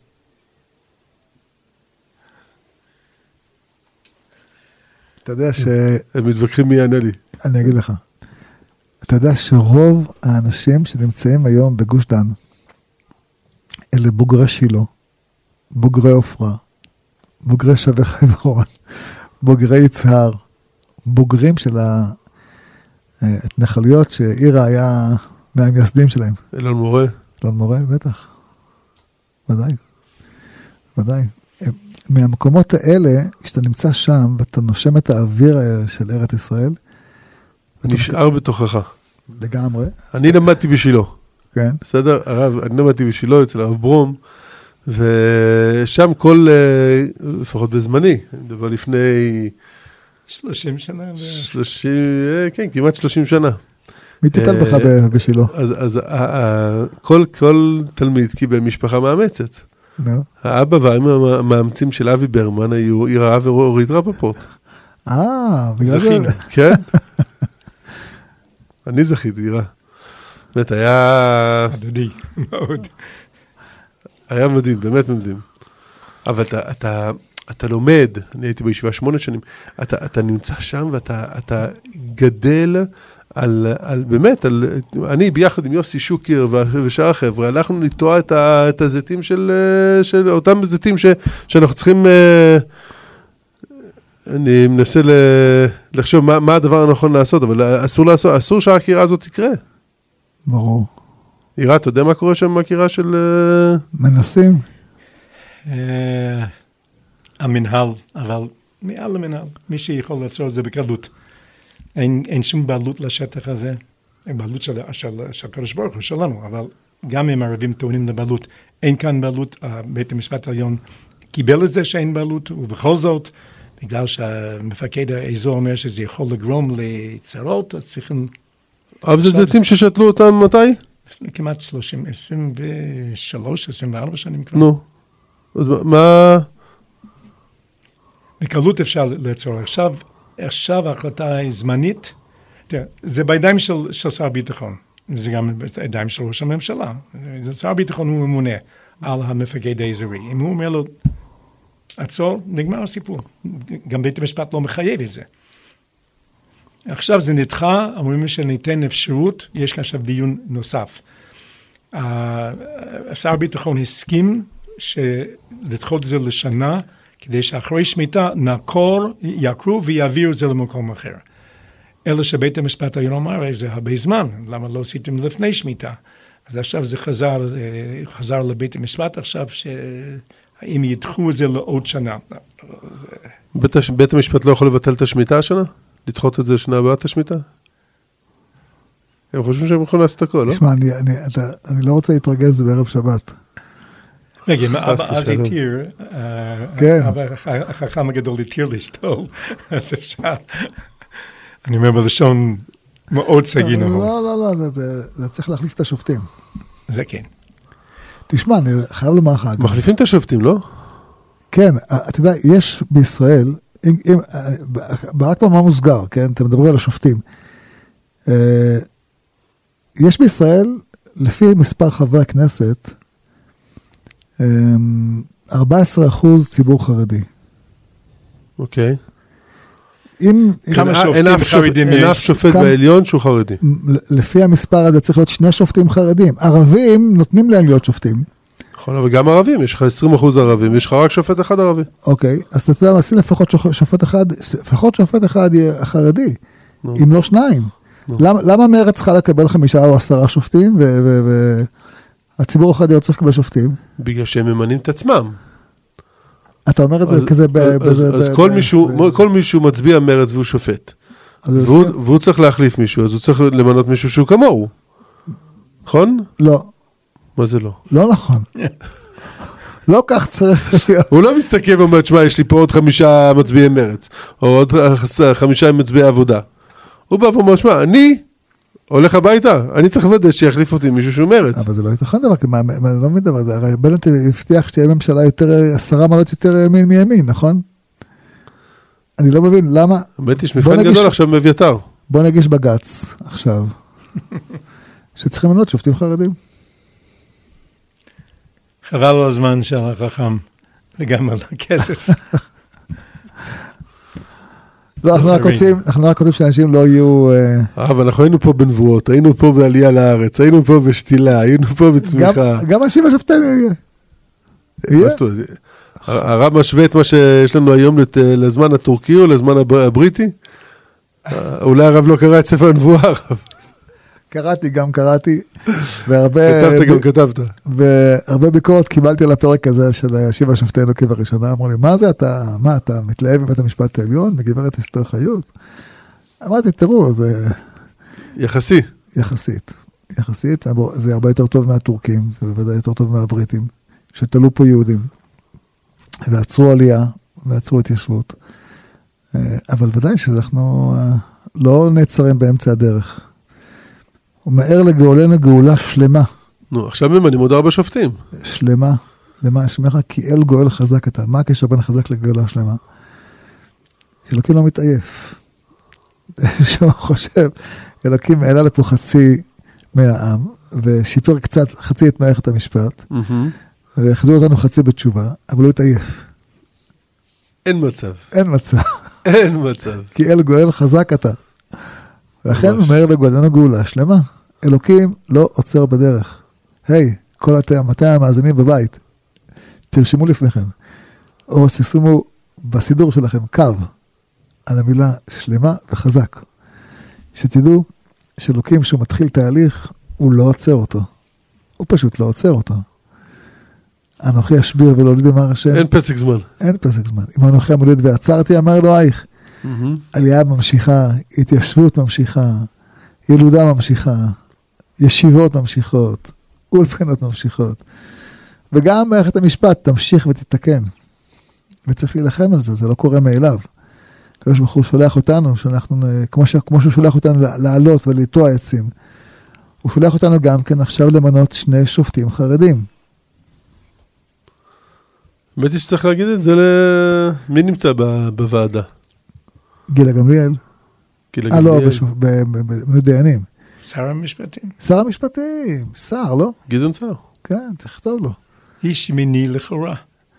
אתה יודע ש... הם מתווכחים מי יענה לי. אני אגיד לך. אתה יודע שרוב האנשים שנמצאים היום בגוש דן, אלה בוגרי שילה, בוגרי אופרה, בוגרי שווה חברון, בוגרי יצהר, בוגרים של ההתנחלויות שעירה היה מהמייסדים שלהם. אלון מורה. אלון מורה, בטח. ודאי. ודאי. מהמקומות האלה, כשאתה נמצא שם, ואתה נושם את האוויר של ארץ ישראל, נשאר בתוכך. לגמרי. אני למדתי בשילו. כן. בסדר? הרב, אני למדתי בשילו אצל הרב ברום, ושם כל, לפחות בזמני, אני מדבר לפני... שלושים שנה. שלושים, כן, כמעט שלושים שנה. מי טיפל בך בשילו? אז, אז כל, כל תלמיד קיבל משפחה מאמצת. האבא והאמא המאמצים של אבי ברמן היו עירה ואורית רפפורט. אה, בגלל זה. כן. אני זכיתי, עירה. באמת, היה... הדדי, מאוד. היה מדהים, באמת מדהים. אבל אתה, אתה, אתה לומד, אני הייתי בישיבה שמונה שנים, אתה, אתה נמצא שם ואתה אתה גדל על, על, באמת, על, אני ביחד עם יוסי שוקר ושאר החבר'ה, הלכנו לטוע את, ה, את הזיתים של, של אותם זיתים ש, שאנחנו צריכים, אני מנסה לחשוב מה, מה הדבר הנכון לעשות, אבל אסור לעשות, אסור שהעקירה הזאת תקרה. ברור. עירה, אתה יודע מה קורה שם בעקירה של... מנסים? המנהל, אבל מעל המנהל, מי שיכול לעצור זה בקלות. אין, אין שום בעלות לשטח הזה, בעלות של, של, של הקדוש ברוך הוא שלנו, אבל גם אם ערבים טוענים לבעלות, אין כאן בעלות, בית המשפט העליון קיבל את זה שאין בעלות, ובכל זאת, בגלל שהמפקד האזור אומר שזה יכול לגרום לצרות, אז צריכים... אבל זה זיתים ששתלו אותם מתי? כמעט שלושים, עשרים ושלוש, עשרים וארבע שנים כבר. נו, אז מה... בקלות אפשר לעצור. עכשיו, עכשיו ההחלטה היא זמנית. תראה, זה בידיים של, של שר הביטחון. זה גם בידיים של ראש הממשלה. שר הביטחון הוא ממונה על המפקד האזורי. אם הוא אומר לו, עצור, נגמר הסיפור. גם בית המשפט לא מחייב את זה. עכשיו זה נדחה, אומרים שניתן אפשרות, יש כאן עכשיו דיון נוסף. שר הביטחון הסכים לדחות את זה לשנה, כדי שאחרי שמיטה נעקור, יעקרו ויעבירו את זה למקום אחר. אלא שבית המשפט היום אמר, זה הרבה זמן, למה לא עשיתם לפני שמיטה? אז עכשיו זה חזר, חזר לבית המשפט עכשיו, שהאם ידחו את זה לעוד שנה. בית, בית המשפט לא יכול לבטל את השמיטה השנה? לדחות את זה שנה הבאה את השמיטה? הם חושבים שהם יכולים לעשות הכל, לא? תשמע, אני, אני, אתה, אני לא רוצה להתרגז בערב שבת. רגע, אם אבא אז התיר, כן. אבא החכם הגדול התיר לשתול, אז אפשר. אני אומר בלשון מאוד סגי נהור. לא, לא, לא, זה, זה צריך להחליף את השופטים. זה כן. תשמע, אני חייב לומר לך. מחליפים את השופטים, לא? כן, אתה יודע, יש בישראל, אם, אם, רק במה מוסגר, כן, אתם מדברים על השופטים. יש בישראל, לפי מספר חברי הכנסת, ארבעה עשר אחוז ציבור חרדי. אוקיי. אם... כמה שופטים חרדים יש? אין אף שופט בעליון שהוא חרדי. לפי המספר הזה צריך להיות שני שופטים חרדים. ערבים נותנים להם להיות שופטים. נכון, אבל גם ערבים, יש לך עשרים אחוז ערבים, יש לך רק שופט אחד ערבי. אוקיי, אז אתה יודע, עושים לפחות שופט אחד, לפחות שופט אחד חרדי, אם לא שניים. למה מרצ צריכה לקבל חמישה או עשרה שופטים, והציבור החרדי לא צריך לקבל שופטים? בגלל שהם ממנים את עצמם. אתה אומר את זה כזה... אז כל מישהו מצביע מרצ והוא שופט. והוא צריך להחליף מישהו, אז הוא צריך למנות מישהו שהוא כמוהו. נכון? לא. מה זה לא? לא נכון. לא כך צריך. הוא לא מסתכל ואומר, תשמע, יש לי פה עוד חמישה מצביעי מרץ, או עוד חמישה מצביעי עבודה. הוא בא ואומר, תשמע, אני הולך הביתה, אני צריך לוודא שיחליף אותי מישהו שהוא מרץ. אבל זה לא ייתכן דבר, אני לא מבין דבר, הרי בנט הבטיח שתהיה ממשלה יותר, עשרה מעלות יותר ימין מימין, נכון? אני לא מבין, למה... באמת יש מבחן גדול עכשיו מאביתר. בוא נגיש בגץ עכשיו, שצריכים למנות שופטים חרדים. חבל על הזמן של החכם, וגם על הכסף. לא, אנחנו רק רוצים, אנחנו רק רוצים שאנשים לא יהיו... אבל אנחנו היינו פה בנבואות, היינו פה בעלייה לארץ, היינו פה בשתילה, היינו פה בצמיחה. גם אנשים השופטים יהיה. הרב משווה את מה שיש לנו היום לזמן הטורקי או לזמן הבריטי? אולי הרב לא קרא את ספר הנבואה, הרב. קראתי, גם קראתי. כתבת, גם כתבת. והרבה ביקורת קיבלתי על הפרק הזה של שיבה שופטי אלוקי בראשונה. אמרו לי, מה זה אתה, מה אתה מתלהב בבית המשפט העליון, מגברת אסתר חיות? אמרתי, תראו, זה... יחסי. יחסית. יחסית, זה הרבה יותר טוב מהטורקים, ובוודאי יותר טוב מהבריטים, שתלו פה יהודים, ועצרו עלייה, ועצרו התיישבות. אבל ודאי שאנחנו לא נעצרים באמצע הדרך. הוא מאר לגאולנו גאולה שלמה. נו, עכשיו ממנים עוד ארבע שופטים. שלמה. למה שמך? כי אל גואל חזק אתה. מה הקשר בין חזק לגאולה שלמה? אלוקים לא מתעייף. שהוא חושב, אלוקים העלה לפה חצי מהעם, ושיפר קצת, חצי את מערכת המשפט, והחזיר אותנו חצי בתשובה, אבל הוא התעייף. אין מצב. אין מצב. אין מצב. כי אל גואל חזק אתה. ולכן הוא אומר לגואלנו גאולה שלמה. אלוקים לא עוצר בדרך. היי, כל אתם, מתי המאזינים בבית, תרשמו לפניכם, או תשימו בסידור שלכם קו, על המילה שלמה וחזק. שתדעו שאלוקים שהוא מתחיל תהליך, הוא לא עוצר אותו. הוא פשוט לא עוצר אותו. אנוכי אשביר ולהוליד אמר השם. אין פסק זמן. אין פסק זמן. אם אנוכי המוליד ועצרתי, אמר אלוהיך. עלייה ממשיכה, התיישבות ממשיכה, ילודה ממשיכה, ישיבות ממשיכות, אולפנות ממשיכות. וגם מערכת המשפט תמשיך ותתקן. וצריך להילחם על זה, זה לא קורה מאליו. כמו שהוא שולח אותנו, שאנחנו, כמו, ש, כמו שהוא שולח אותנו לעלות ולטוע עצים, הוא שולח אותנו גם כן עכשיו למנות שני שופטים חרדים. באמת שצריך להגיד את זה, מי נמצא בוועדה? גילה גמליאל. גילה אה, לא, גמליאל. במינוי דיינים. שר המשפטים. שר המשפטים, שר, לא? גדעון סער. כן, צריך לכתוב לו. איש ימיני לכאורה.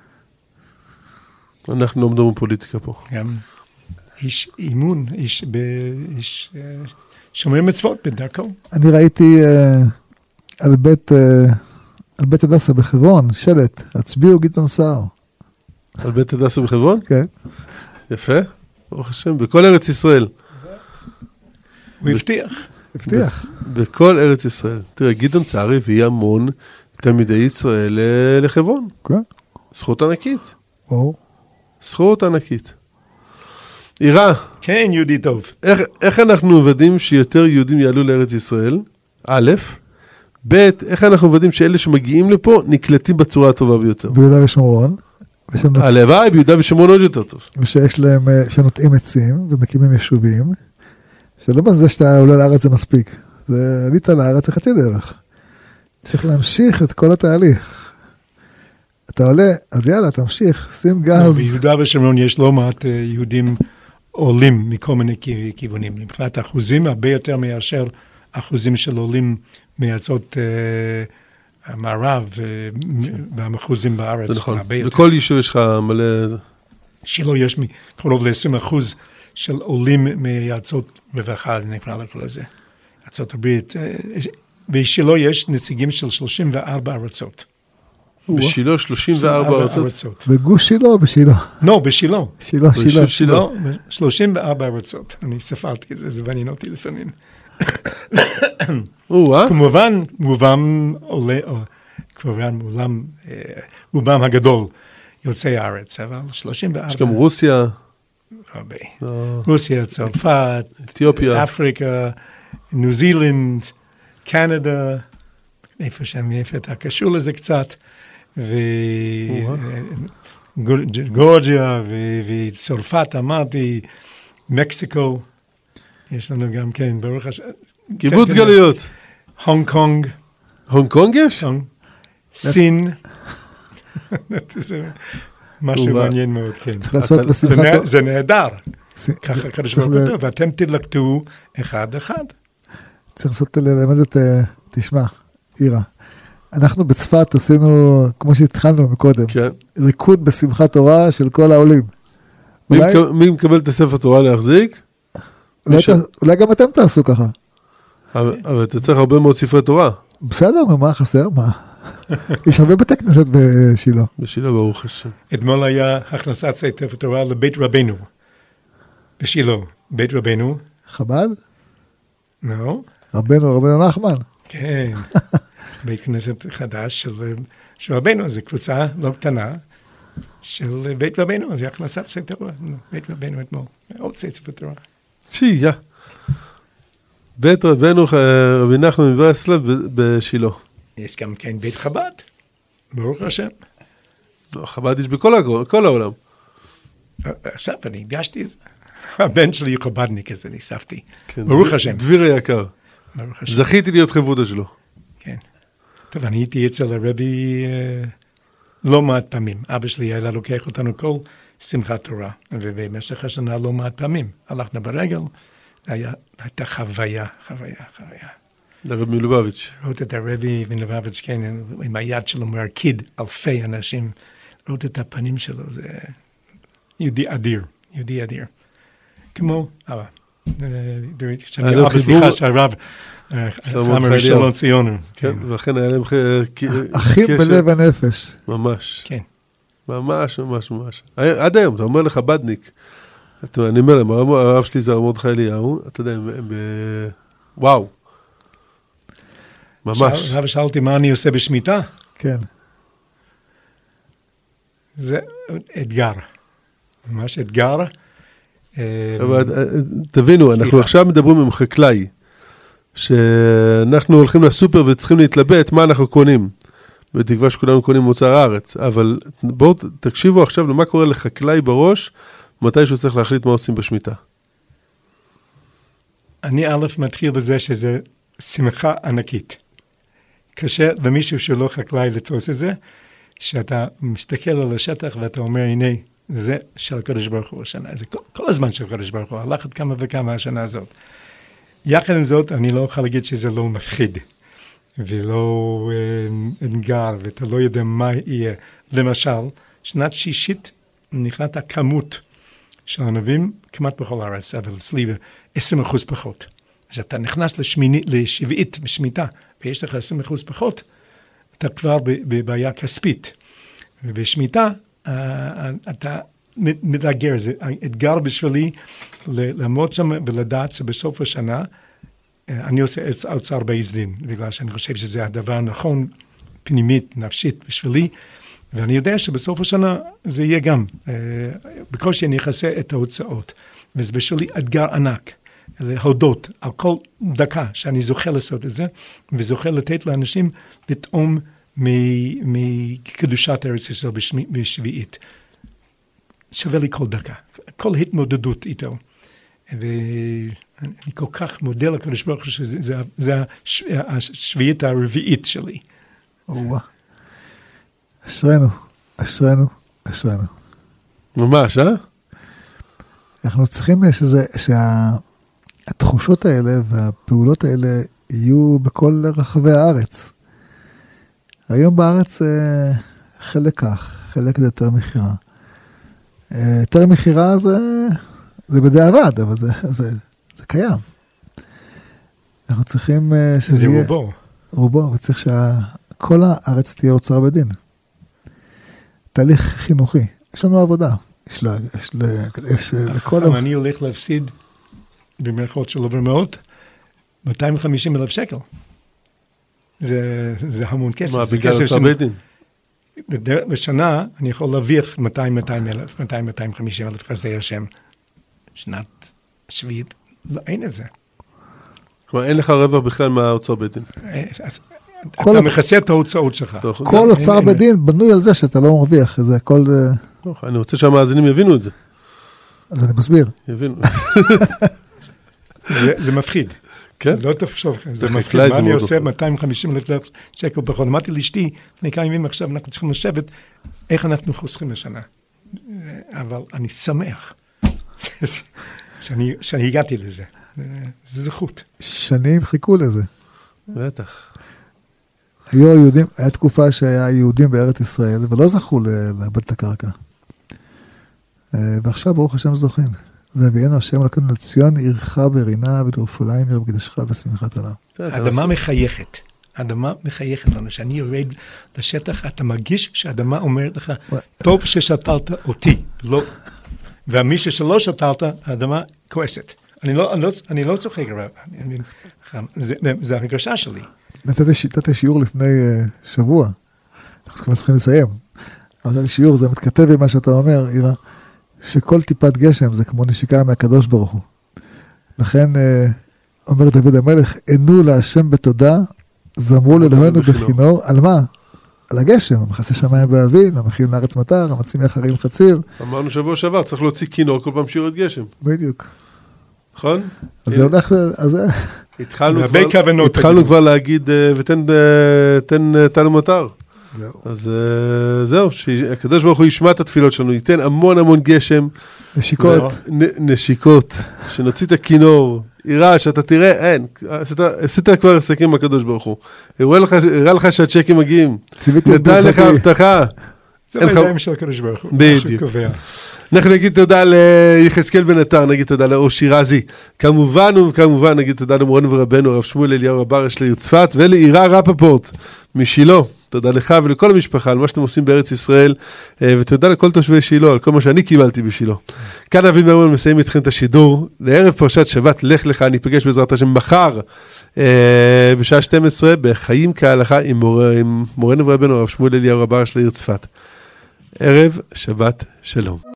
אנחנו לא מדברים פוליטיקה פה. גם איש אימון, איש, ב, איש uh, שומר מצוות בדרכו. אני ראיתי uh, על בית, uh, על בית הדסה בחברון, שלט, הצביעו גדעון סער. על בית הדסה בחברון? כן. יפה, ברוך השם, בכל ארץ ישראל. הוא הבטיח. הבטיח. בכל ארץ ישראל. תראה, גדעון סער הביא המון תלמידי ישראל לחברון. כן. זכות ענקית. או. זכות ענקית. עירה. כן, יהודי טוב. איך, איך אנחנו מוודאים שיותר יהודים יעלו לארץ ישראל? א', ב', איך אנחנו מוודאים שאלה שמגיעים לפה נקלטים בצורה הטובה ביותר? ביהודה ושומרון. הלוואי, ביהודה ושומרון עוד יותר טוב. ושיש להם, שנוטעים עצים ומקימים יישובים, שלא בזה שאתה עולה לארץ זה מספיק. זה עלית לארץ זה חצי דרך. צריך להמשיך את כל התהליך. אתה עולה, אז יאללה, תמשיך, שים גז. ביהודה ושומרון יש לא מעט יהודים עולים מכל מיני כיוונים. מבחינת אחוזים, הרבה יותר מאשר אחוזים של עולים מארצות המערב והאחוזים בארץ. זה נכון. בכל יישוב יש לך מלא... שלא יש קרוב ל-עשרים אחוז של עולים מארצות רווחה, נקרא לכל זה. ארצות הברית. בשלו יש נציגים של שלושים וארבע ארצות. בשילו שלושים וארבע ארצות? בגוש שילו או בשילו? לא, בשילו. שילו, שילו. לא, שלושים וארבע ארצות. אני ספרתי את זה, זה מעניין אותי לפעמים. כמובן, רובם עולה, כמובן, רובם הגדול יוצאי הארץ, אבל שלושים וארבע. יש גם רוסיה. הרבה. רוסיה, צרפת, אתיופיה, אפריקה, ניו זילנד, קנדה, איפה שם, איפה אתה קשור לזה קצת, וגורג'יה, וצרפת, אמרתי, מקסיקו, יש לנו גם כן, ברוך השם. קיבוץ גלויות. הונג קונג. הונג קונג יש? סין. זה משהו מעניין מאוד, כן. זה נהדר. ככה קדוש ברוך הוא, ואתם תדלקתו אחד אחד. צריך לעשות ללמד את, תשמע, עירה. אנחנו בצפת עשינו, כמו שהתחלנו מקודם, ריקוד בשמחת תורה של כל העולים. מי מקבל את הספר תורה להחזיק? אולי גם אתם תעשו ככה. אבל אתה צריך הרבה מאוד ספרי תורה. בסדר, נו, מה חסר? מה? יש הרבה בתי כנסת בשילה. בשילה, ברוך השם. אתמול היה הכנסת ספר תורה לבית רבנו. בשילה, בית רבנו. חב"ד? לא. רבנו, רבנו נחמן. כן. בית כנסת חדש של רבנו, זו קבוצה לא קטנה של בית רבנו, זה הכנסת ספר תורה. בית רבנו אתמול. עוד ספר תורה. שיהיה. בית רבנו רבי נחמן מברסלב בשילה. יש גם כן בית חב"ד, ברוך השם. חב"ד יש בכל העולם. עכשיו אני הגשתי את זה. הבן שלי חב"דניק, אז אני אספתי. ברוך השם. דביר היקר. זכיתי להיות חברותא שלו. כן. טוב, אני הייתי אצל הרבי לא מעט פעמים. אבא שלי היה לוקח אותנו כל שמחת תורה, ובמשך השנה לא מעט פעמים. הלכנו ברגל, הייתה חוויה, חוויה, חוויה. לרב מלובביץ'. לראות את הרבי מלובביץ', כן, עם היד שלו מרקיד אלפי אנשים, לראות את הפנים שלו, זה יהודי אדיר, יהודי אדיר. כמו, אבא, שאני אבא סליחה שהרב, חמר שלום ציון. כן, ואכן היה להם אחים בלב הנפש. ממש. כן. ממש, ממש, ממש. עד היום, אתה אומר לחבדניק, אני אומר להם, הרב שלי זה הרב מרדכי אליהו, אתה יודע, הם ב... וואו. ממש. הרב שאלתי מה אני עושה בשמיטה? כן. זה אתגר. ממש אתגר. תבינו, אנחנו עכשיו מדברים עם חקלאי, שאנחנו הולכים לסופר וצריכים להתלבט מה אנחנו קונים. בתקווה שכולנו קונים מוצר הארץ, אבל בואו תקשיבו עכשיו למה קורה לחקלאי בראש, מתי שהוא צריך להחליט מה עושים בשמיטה. אני א' מתחיל בזה שזה שמחה ענקית. קשה למישהו שלא חקלאי לתפוס את זה, שאתה מסתכל על השטח ואתה אומר, הנה, זה של הקדוש ברוך הוא השנה. זה כל, כל הזמן של הקדוש ברוך הוא, הלך עד כמה וכמה השנה הזאת. יחד עם זאת, אני לא יכול להגיד שזה לא מפחיד, ולא אה, אתגר, ואתה לא יודע מה יהיה. למשל, שנת שישית נכנסת הכמות של ענבים כמעט בכל הארץ, אבל אצלי עשרים אחוז פחות. אז אתה נכנס לשמיני, לשבעית בשמיטה, ויש לך עשרים אחוז פחות, אתה כבר בבעיה כספית. ובשמיטה, אתה מתאגר, זה אתגר בשבילי לעמוד שם ולדעת שבסוף השנה, אני עושה אוצר בעזים, בגלל שאני חושב שזה הדבר הנכון, פנימית, נפשית בשבילי, ואני יודע שבסוף השנה זה יהיה גם, בקושי אני אכסה את ההוצאות, וזה בשבילי אתגר ענק, להודות על כל דקה שאני זוכה לעשות את זה, וזוכה לתת לאנשים לטעום מקדושת ארץ ישראל בשביעית. שווה לי כל דקה, כל התמודדות איתו. ואני כל כך מודה לקדוש ברוך הוא שזה השביעית הרביעית שלי. וואה. אשרנו, אשרנו, אשרנו. ממש, אה? אנחנו צריכים שזה, שהתחושות האלה והפעולות האלה יהיו בכל רחבי הארץ. היום בארץ חלק כך, חלק זה יותר מחירה. יותר מחירה זה, זה בדיעבד, אבל זה, זה, זה קיים. אנחנו צריכים שזה זה יהיה... רובו. רובו, וצריך שכל הארץ תהיה אוצר בדין. תהליך חינוכי. יש לנו עבודה. יש, לה, יש, לה, יש לכל... אבל אני הולך להפסיד במרכאות של עובר מאות, מאתיים וחמישים אלף שקל. זה, זה המון כסף. מה, בגלל אוצר בדין? בשנה אני יכול להרוויח מאתיים מאתיים אלף, מאתיים מאתיים וחמישים אלף חסדי השם. שנת שביעית, לא, אין את זה. כלומר, אין לך רווח בכלל מהאוצר בדין. אתה מכסה את ההוצאות שלך. כל אוצר בדין בנוי על זה שאתה לא מרוויח. זה הכל... אני רוצה שהמאזינים יבינו את זה. אז אני מסביר. יבינו. זה מפחיד. כן? זה לא תחשוב, זה מפחיד. מה אני עושה מאתיים וחמישים אלף שקל בחודש? אמרתי לאשתי, לפני כמה ימים עכשיו אנחנו צריכים לשבת, איך אנחנו חוסכים לשנה. אבל אני שמח שאני הגעתי לזה. זה זכות. שנים חיכו לזה. בטח. היו היהודים, היה תקופה שהיה יהודים בארץ ישראל, ולא זכו לאבד את הקרקע. ועכשיו ברוך השם זוכים. והביאנו השם לקנו לציון עירך ברינה ותרפוליים עיר בקדשך ושמחת עליו. האדמה מחייכת. האדמה מחייכת לנו. כשאני יורד לשטח, אתה מרגיש שהאדמה אומרת לך, טוב ששתלת אותי. והמישהו שלא שתלת, האדמה כועסת. אני לא, אני לא, אני לא צוחק, זה, זה הרגשה שלי. נתתי שיעור לפני שבוע, אנחנו כבר צריכים לסיים, אבל נתתי שיעור, זה מתכתב עם מה שאתה אומר, עירה, שכל טיפת גשם זה כמו נשיקה מהקדוש ברוך הוא. לכן, אומר דוד המלך, ענו להשם בתודה, זמרו לאלוהינו בכינור, על מה? על הגשם, המכסה שמיים באביב, המכיל לארץ מטר, המצמיח הרים חציר. אמרנו שבוע שעבר, צריך להוציא כינור כל פעם שיורד גשם. בדיוק. נכון? אז זה הולך, אז זה... התחלנו כבר להגיד, ותן תנו מטר. אז זהו, שהקדוש ברוך הוא ישמע את התפילות שלנו, ייתן המון המון גשם. נשיקות. נשיקות, שנוציא את הכינור יירש, אתה תראה, אין, עשית, עשית כבר עסקים עם הקדוש ברוך הוא. הראה לך, הראה לך שהצ'קים מגיעים. נתן לך הבטחה. זה בידיים של הקדוש ברוך הוא. בדיוק. אנחנו נגיד תודה ליחזקאל בן עטר, נגיד תודה לאושי רזי. כמובן וכמובן נגיד תודה למורנו ורבנו, הרב שמואל אליהו הברש לעיר צפת, ולעירה רפפורט משילה. תודה לך ולכל המשפחה על מה שאתם עושים בארץ ישראל, ותודה לכל תושבי שילה, על כל מה שאני קיבלתי בשילה. כאן אביב מימון מסיים איתכם את השידור, לערב פרשת שבת לך לך, אני אפגש בעזרת השם מחר, בשעה שתים עשרה, בחיים כהלכה עם, מור, עם מורנו ורבנו, הרב שמואל אליהו הברש לעיר צפת. ערב שבת שלום.